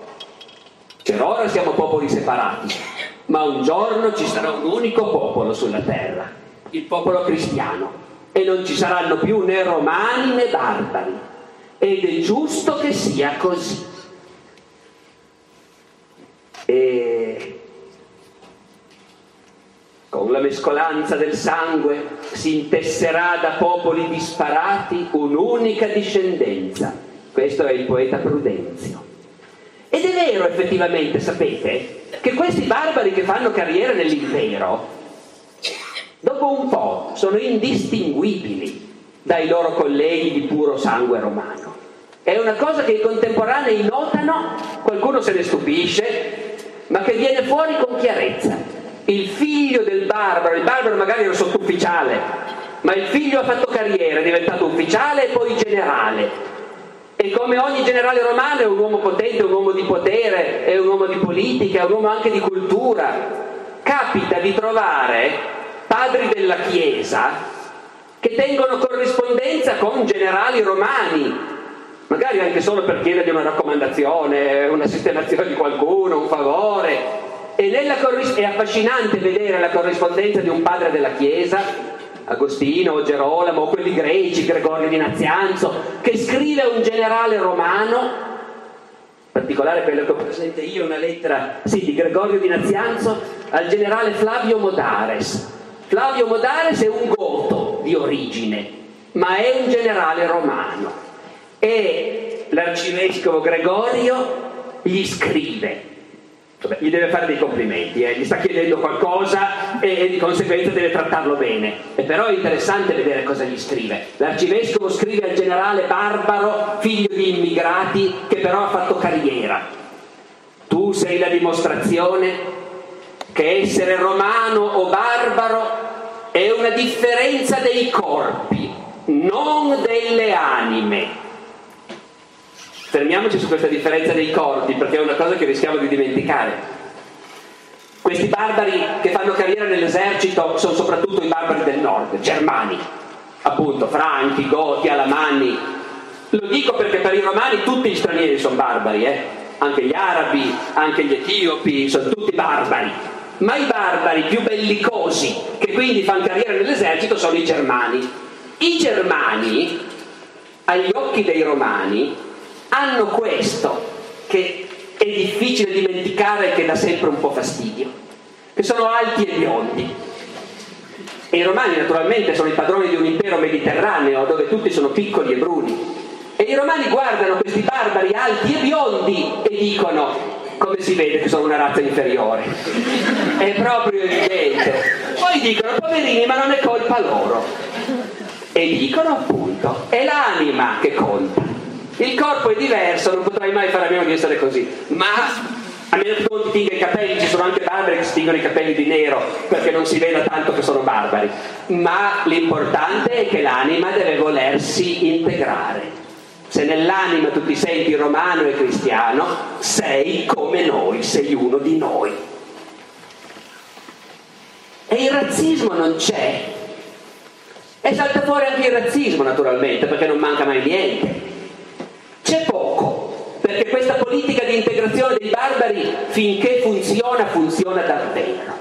per ora siamo popoli separati, ma un giorno ci sarà un unico popolo sulla terra, il popolo cristiano, e non ci saranno più né romani né barbari, ed è giusto che sia così. E con la mescolanza del sangue si intesserà da popoli disparati un'unica discendenza. Questo è il poeta Prudenzio. Ed è vero, effettivamente, sapete, che questi barbari che fanno carriera nell'impero, dopo un po' sono indistinguibili dai loro colleghi di puro sangue romano. È una cosa che i contemporanei notano, qualcuno se ne stupisce, ma che viene fuori con chiarezza. Il figlio del barbaro, il barbaro magari era sottufficiale, ma il figlio ha fatto carriera, è diventato ufficiale e poi generale. E E come ogni generale romano è un uomo potente, un uomo di potere, è un uomo di politica, è un uomo anche di cultura. Capita di trovare padri della Chiesa che tengono corrispondenza con generali romani, magari anche solo per chiedergli una raccomandazione, una sistemazione di qualcuno, un favore. È affascinante vedere la corrispondenza di un padre della Chiesa, Agostino o Gerolamo, o quelli greci, Gregorio di Nazianzo, che scrive a un generale romano, in particolare quello che ho presente io, una lettera di Gregorio di Nazianzo al generale Flavio Modares. Flavio Modares è un goto di origine, ma è un generale romano, e l'arcivescovo Gregorio gli scrive. Gli deve fare dei complimenti, gli sta chiedendo qualcosa e di conseguenza deve trattarlo bene. E però è interessante vedere cosa gli scrive. L'arcivescovo scrive al generale barbaro, figlio di immigrati, che però ha fatto carriera: tu sei la dimostrazione che essere romano o barbaro è una differenza dei corpi, non delle anime. Fermiamoci su questa differenza dei corpi, perché è una cosa che rischiamo di dimenticare. Questi barbari che fanno carriera nell'esercito sono soprattutto i barbari del nord, germani, appunto, franchi, goti, alamanni. Lo dico perché per i romani tutti gli stranieri sono barbari, anche gli arabi, anche gli etiopi, sono tutti barbari. Ma i barbari più bellicosi, che quindi fanno carriera nell'esercito, sono i germani. I germani, agli occhi dei romani, hanno questo che è difficile dimenticare, che dà sempre un po' fastidio, che sono alti e biondi. E i romani naturalmente sono i padroni di un impero mediterraneo dove tutti sono piccoli e bruni, e i romani guardano questi barbari alti e biondi e dicono: come si vede che sono una razza inferiore, è proprio evidente. Poi dicono: poverini, ma non è colpa loro. E dicono appunto: è l'anima che conta. Il corpo è diverso, non potrai mai fare a meno di essere così, ma a meno che non ti tinga i capelli. Ci sono anche barbari che si tingono i capelli di nero perché non si veda tanto che sono barbari, ma l'importante è che l'anima deve volersi integrare. Se nell'anima tu ti senti romano e cristiano, sei come noi, sei uno di noi. E il razzismo non c'è, e salta fuori anche il razzismo naturalmente, perché non manca mai niente. C'è poco, perché questa politica di integrazione dei barbari, finché funziona, funziona davvero.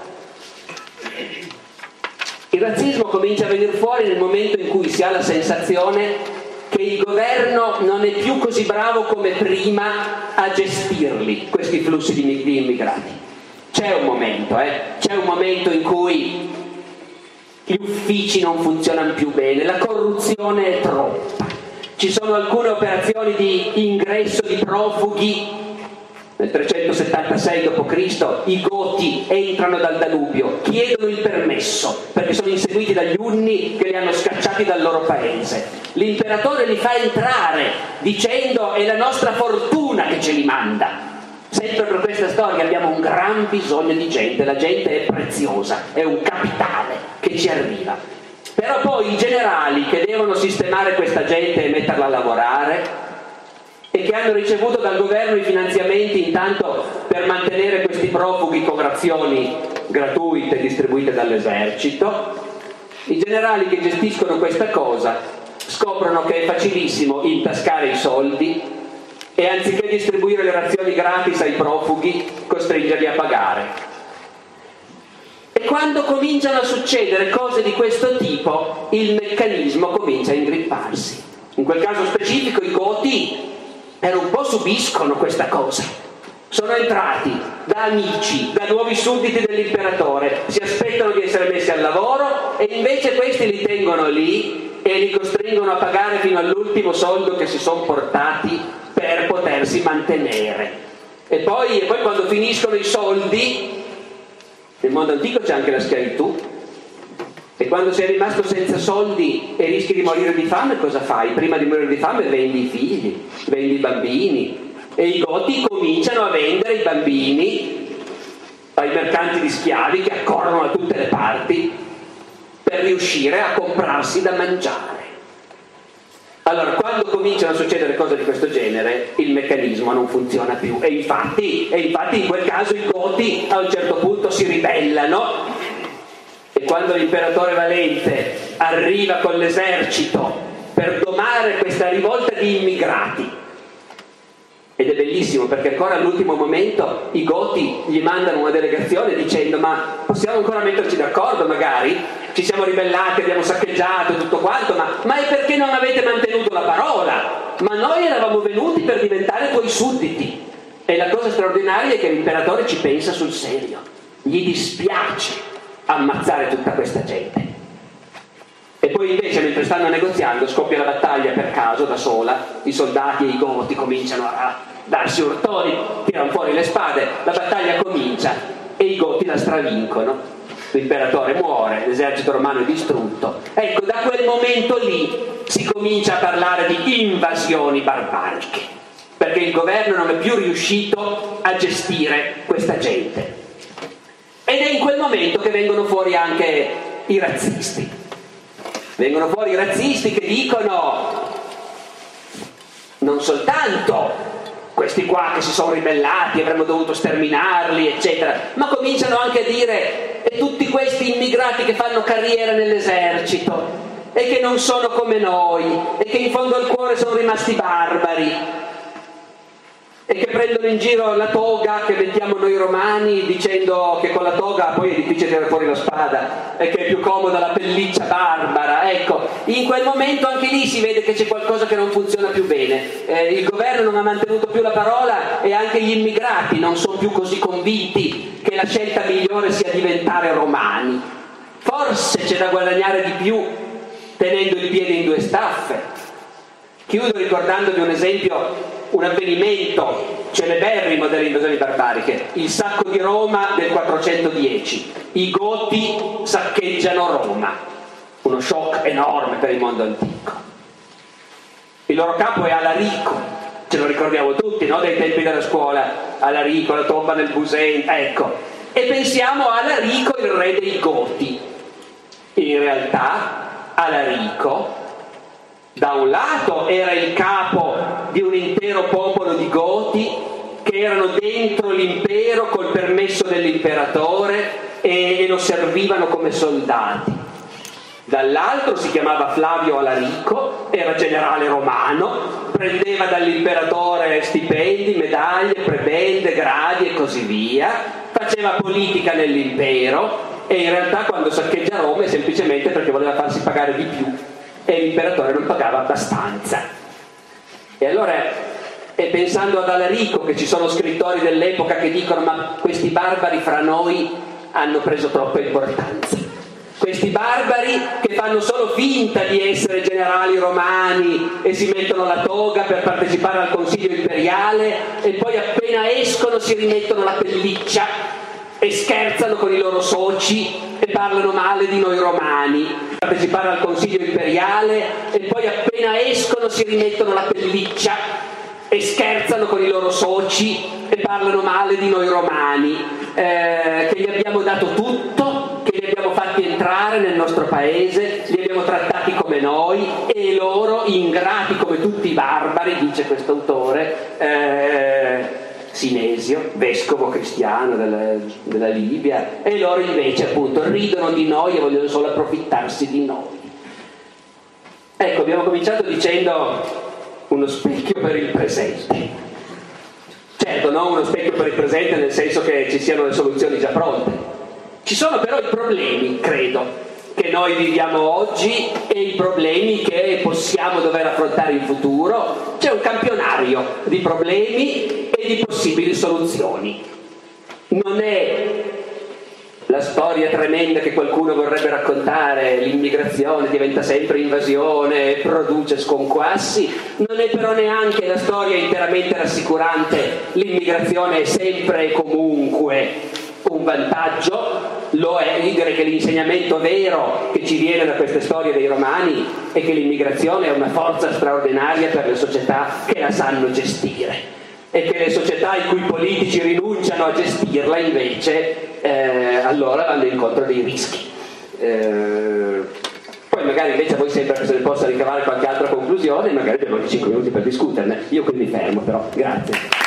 Il razzismo comincia a venire fuori nel momento in cui si ha la sensazione che il governo non è più così bravo come prima a gestirli, questi flussi di immigrati. C'è un momento in cui gli uffici non funzionano più bene, la corruzione è troppa. Ci sono alcune operazioni di ingresso di profughi. Nel 376 d.C. i Goti entrano dal Danubio, chiedono il permesso perché sono inseguiti dagli Unni che li hanno scacciati dal loro paese. L'imperatore li fa entrare dicendo: è la nostra fortuna che ce li manda. Sempre per questa storia abbiamo un gran bisogno di gente, la gente è preziosa, è un capitale che ci arriva. Però poi i generali che devono sistemare questa gente e metterla a lavorare, e che hanno ricevuto dal governo i finanziamenti intanto per mantenere questi profughi con razioni gratuite distribuite dall'esercito, i generali che gestiscono questa cosa scoprono che è facilissimo intascare i soldi e, anziché distribuire le razioni gratis ai profughi, costringerli a pagare. E quando cominciano a succedere cose di questo tipo, il meccanismo comincia a ingripparsi. In quel caso specifico i Goti per un po' subiscono questa cosa. Sono entrati da amici, da nuovi sudditi dell'imperatore, si aspettano di essere messi al lavoro e invece questi li tengono lì e li costringono a pagare fino all'ultimo soldo che si sono portati per potersi mantenere. E poi quando finiscono i soldi, nel mondo antico c'è anche la schiavitù, e quando sei rimasto senza soldi e rischi di morire di fame, cosa fai? Prima di morire di fame vendi i figli, vendi i bambini, e i Goti cominciano a vendere i bambini ai mercanti di schiavi che accorrono da tutte le parti per riuscire a comprarsi da mangiare. Allora, quando cominciano a succedere cose di questo genere, il meccanismo non funziona più e infatti in quel caso i Goti a un certo punto si ribellano e quando l'imperatore Valente arriva con l'esercito per domare questa rivolta di immigrati, ed è bellissimo perché ancora all'ultimo momento i Goti gli mandano una delegazione dicendo: ma possiamo ancora metterci d'accordo, magari ci siamo ribellati, abbiamo saccheggiato tutto quanto, ma è perché non avete mantenuto la parola, ma noi eravamo venuti per diventare tuoi sudditi. E la cosa straordinaria è che l'imperatore ci pensa sul serio, gli dispiace ammazzare tutta questa gente. E poi invece, mentre stanno negoziando, scoppia la battaglia per caso, da sola, i soldati e i Goti cominciano a darsi urtoni, tirano fuori le spade, la battaglia comincia e i Goti la stravincono, l'imperatore muore, l'esercito romano è distrutto. Ecco, da quel momento lì si comincia a parlare di invasioni barbariche, perché il governo non è più riuscito a gestire questa gente. Ed è in quel momento che vengono fuori anche i razzisti. Vengono fuori i razzisti che dicono non soltanto questi qua che si sono ribellati, avremmo dovuto sterminarli, eccetera, ma cominciano anche a dire e tutti questi immigrati che fanno carriera nell'esercito e che non sono come noi e che in fondo al cuore sono rimasti barbari e che prendono in giro la toga che mettiamo noi romani dicendo che con la toga poi è difficile tirare fuori la spada e che è più comoda la pelliccia barbara. Ecco, in quel momento anche lì si vede che c'è qualcosa che non funziona più bene, il governo non ha mantenuto più la parola e anche gli immigrati non sono più così convinti che la scelta migliore sia diventare romani. Forse c'è da guadagnare di più tenendo il piede in due staffe. Chiudo ricordandovi un esempio, un avvenimento celeberrimo delle invasioni barbariche, il sacco di Roma del 410. I Goti saccheggiano Roma, uno shock enorme per il mondo antico. Il loro capo è Alarico, ce lo ricordiamo tutti, no? Dai tempi della scuola, Alarico, la tomba nel Busento, ecco. E pensiamo a Alarico, il re dei Goti. In realtà Alarico da un lato era il capo di un intero popolo di Goti che erano dentro l'impero col permesso dell'imperatore e lo servivano come soldati. Dall'altro si chiamava Flavio Alarico, era generale romano, prendeva dall'imperatore stipendi, medaglie, prebende, gradi e così via, faceva politica nell'impero e in realtà quando saccheggia Roma è semplicemente perché voleva farsi pagare di più e l'imperatore non pagava abbastanza. E allora, pensando ad Alarico, che ci sono scrittori dell'epoca che dicono ma questi barbari fra noi hanno preso troppa importanza, questi barbari che fanno solo finta di essere generali romani e si mettono la toga per partecipare al consiglio imperiale e poi appena escono si rimettono la pelliccia e scherzano con i loro soci e parlano male di noi romani, partecipare al consiglio imperiale e poi appena escono si rimettono la pelliccia e scherzano con i loro soci e parlano male di noi romani, che gli abbiamo dato tutto, che li abbiamo fatti entrare nel nostro paese, li abbiamo trattati come noi e loro, ingrati come tutti i barbari, dice questo autore, Sinesio, vescovo cristiano della Libia, e loro invece appunto ridono di noi e vogliono solo approfittarsi di noi. Ecco, abbiamo cominciato dicendo uno specchio per il presente. Certo, non uno specchio per il presente nel senso che ci siano le soluzioni già pronte. Ci sono però i problemi, credo, che noi viviamo oggi e i problemi che possiamo dover affrontare in futuro. C'è un campionario di problemi e di possibili soluzioni. Non è la storia tremenda che qualcuno vorrebbe raccontare, l'immigrazione diventa sempre invasione e produce sconquassi, non è però neanche la storia interamente rassicurante, l'immigrazione è sempre e comunque un vantaggio. Lo è, io direi che l'insegnamento vero che ci viene da queste storie dei romani è che l'immigrazione è una forza straordinaria per le società che la sanno gestire e che le società in cui i politici rinunciano a gestirla invece allora vanno incontro dei rischi. Poi magari invece a voi sembra che se ne possa ricavare qualche altra conclusione. discussione, magari abbiamo anche 5 minuti per discuterne. Io qui mi fermo però, grazie.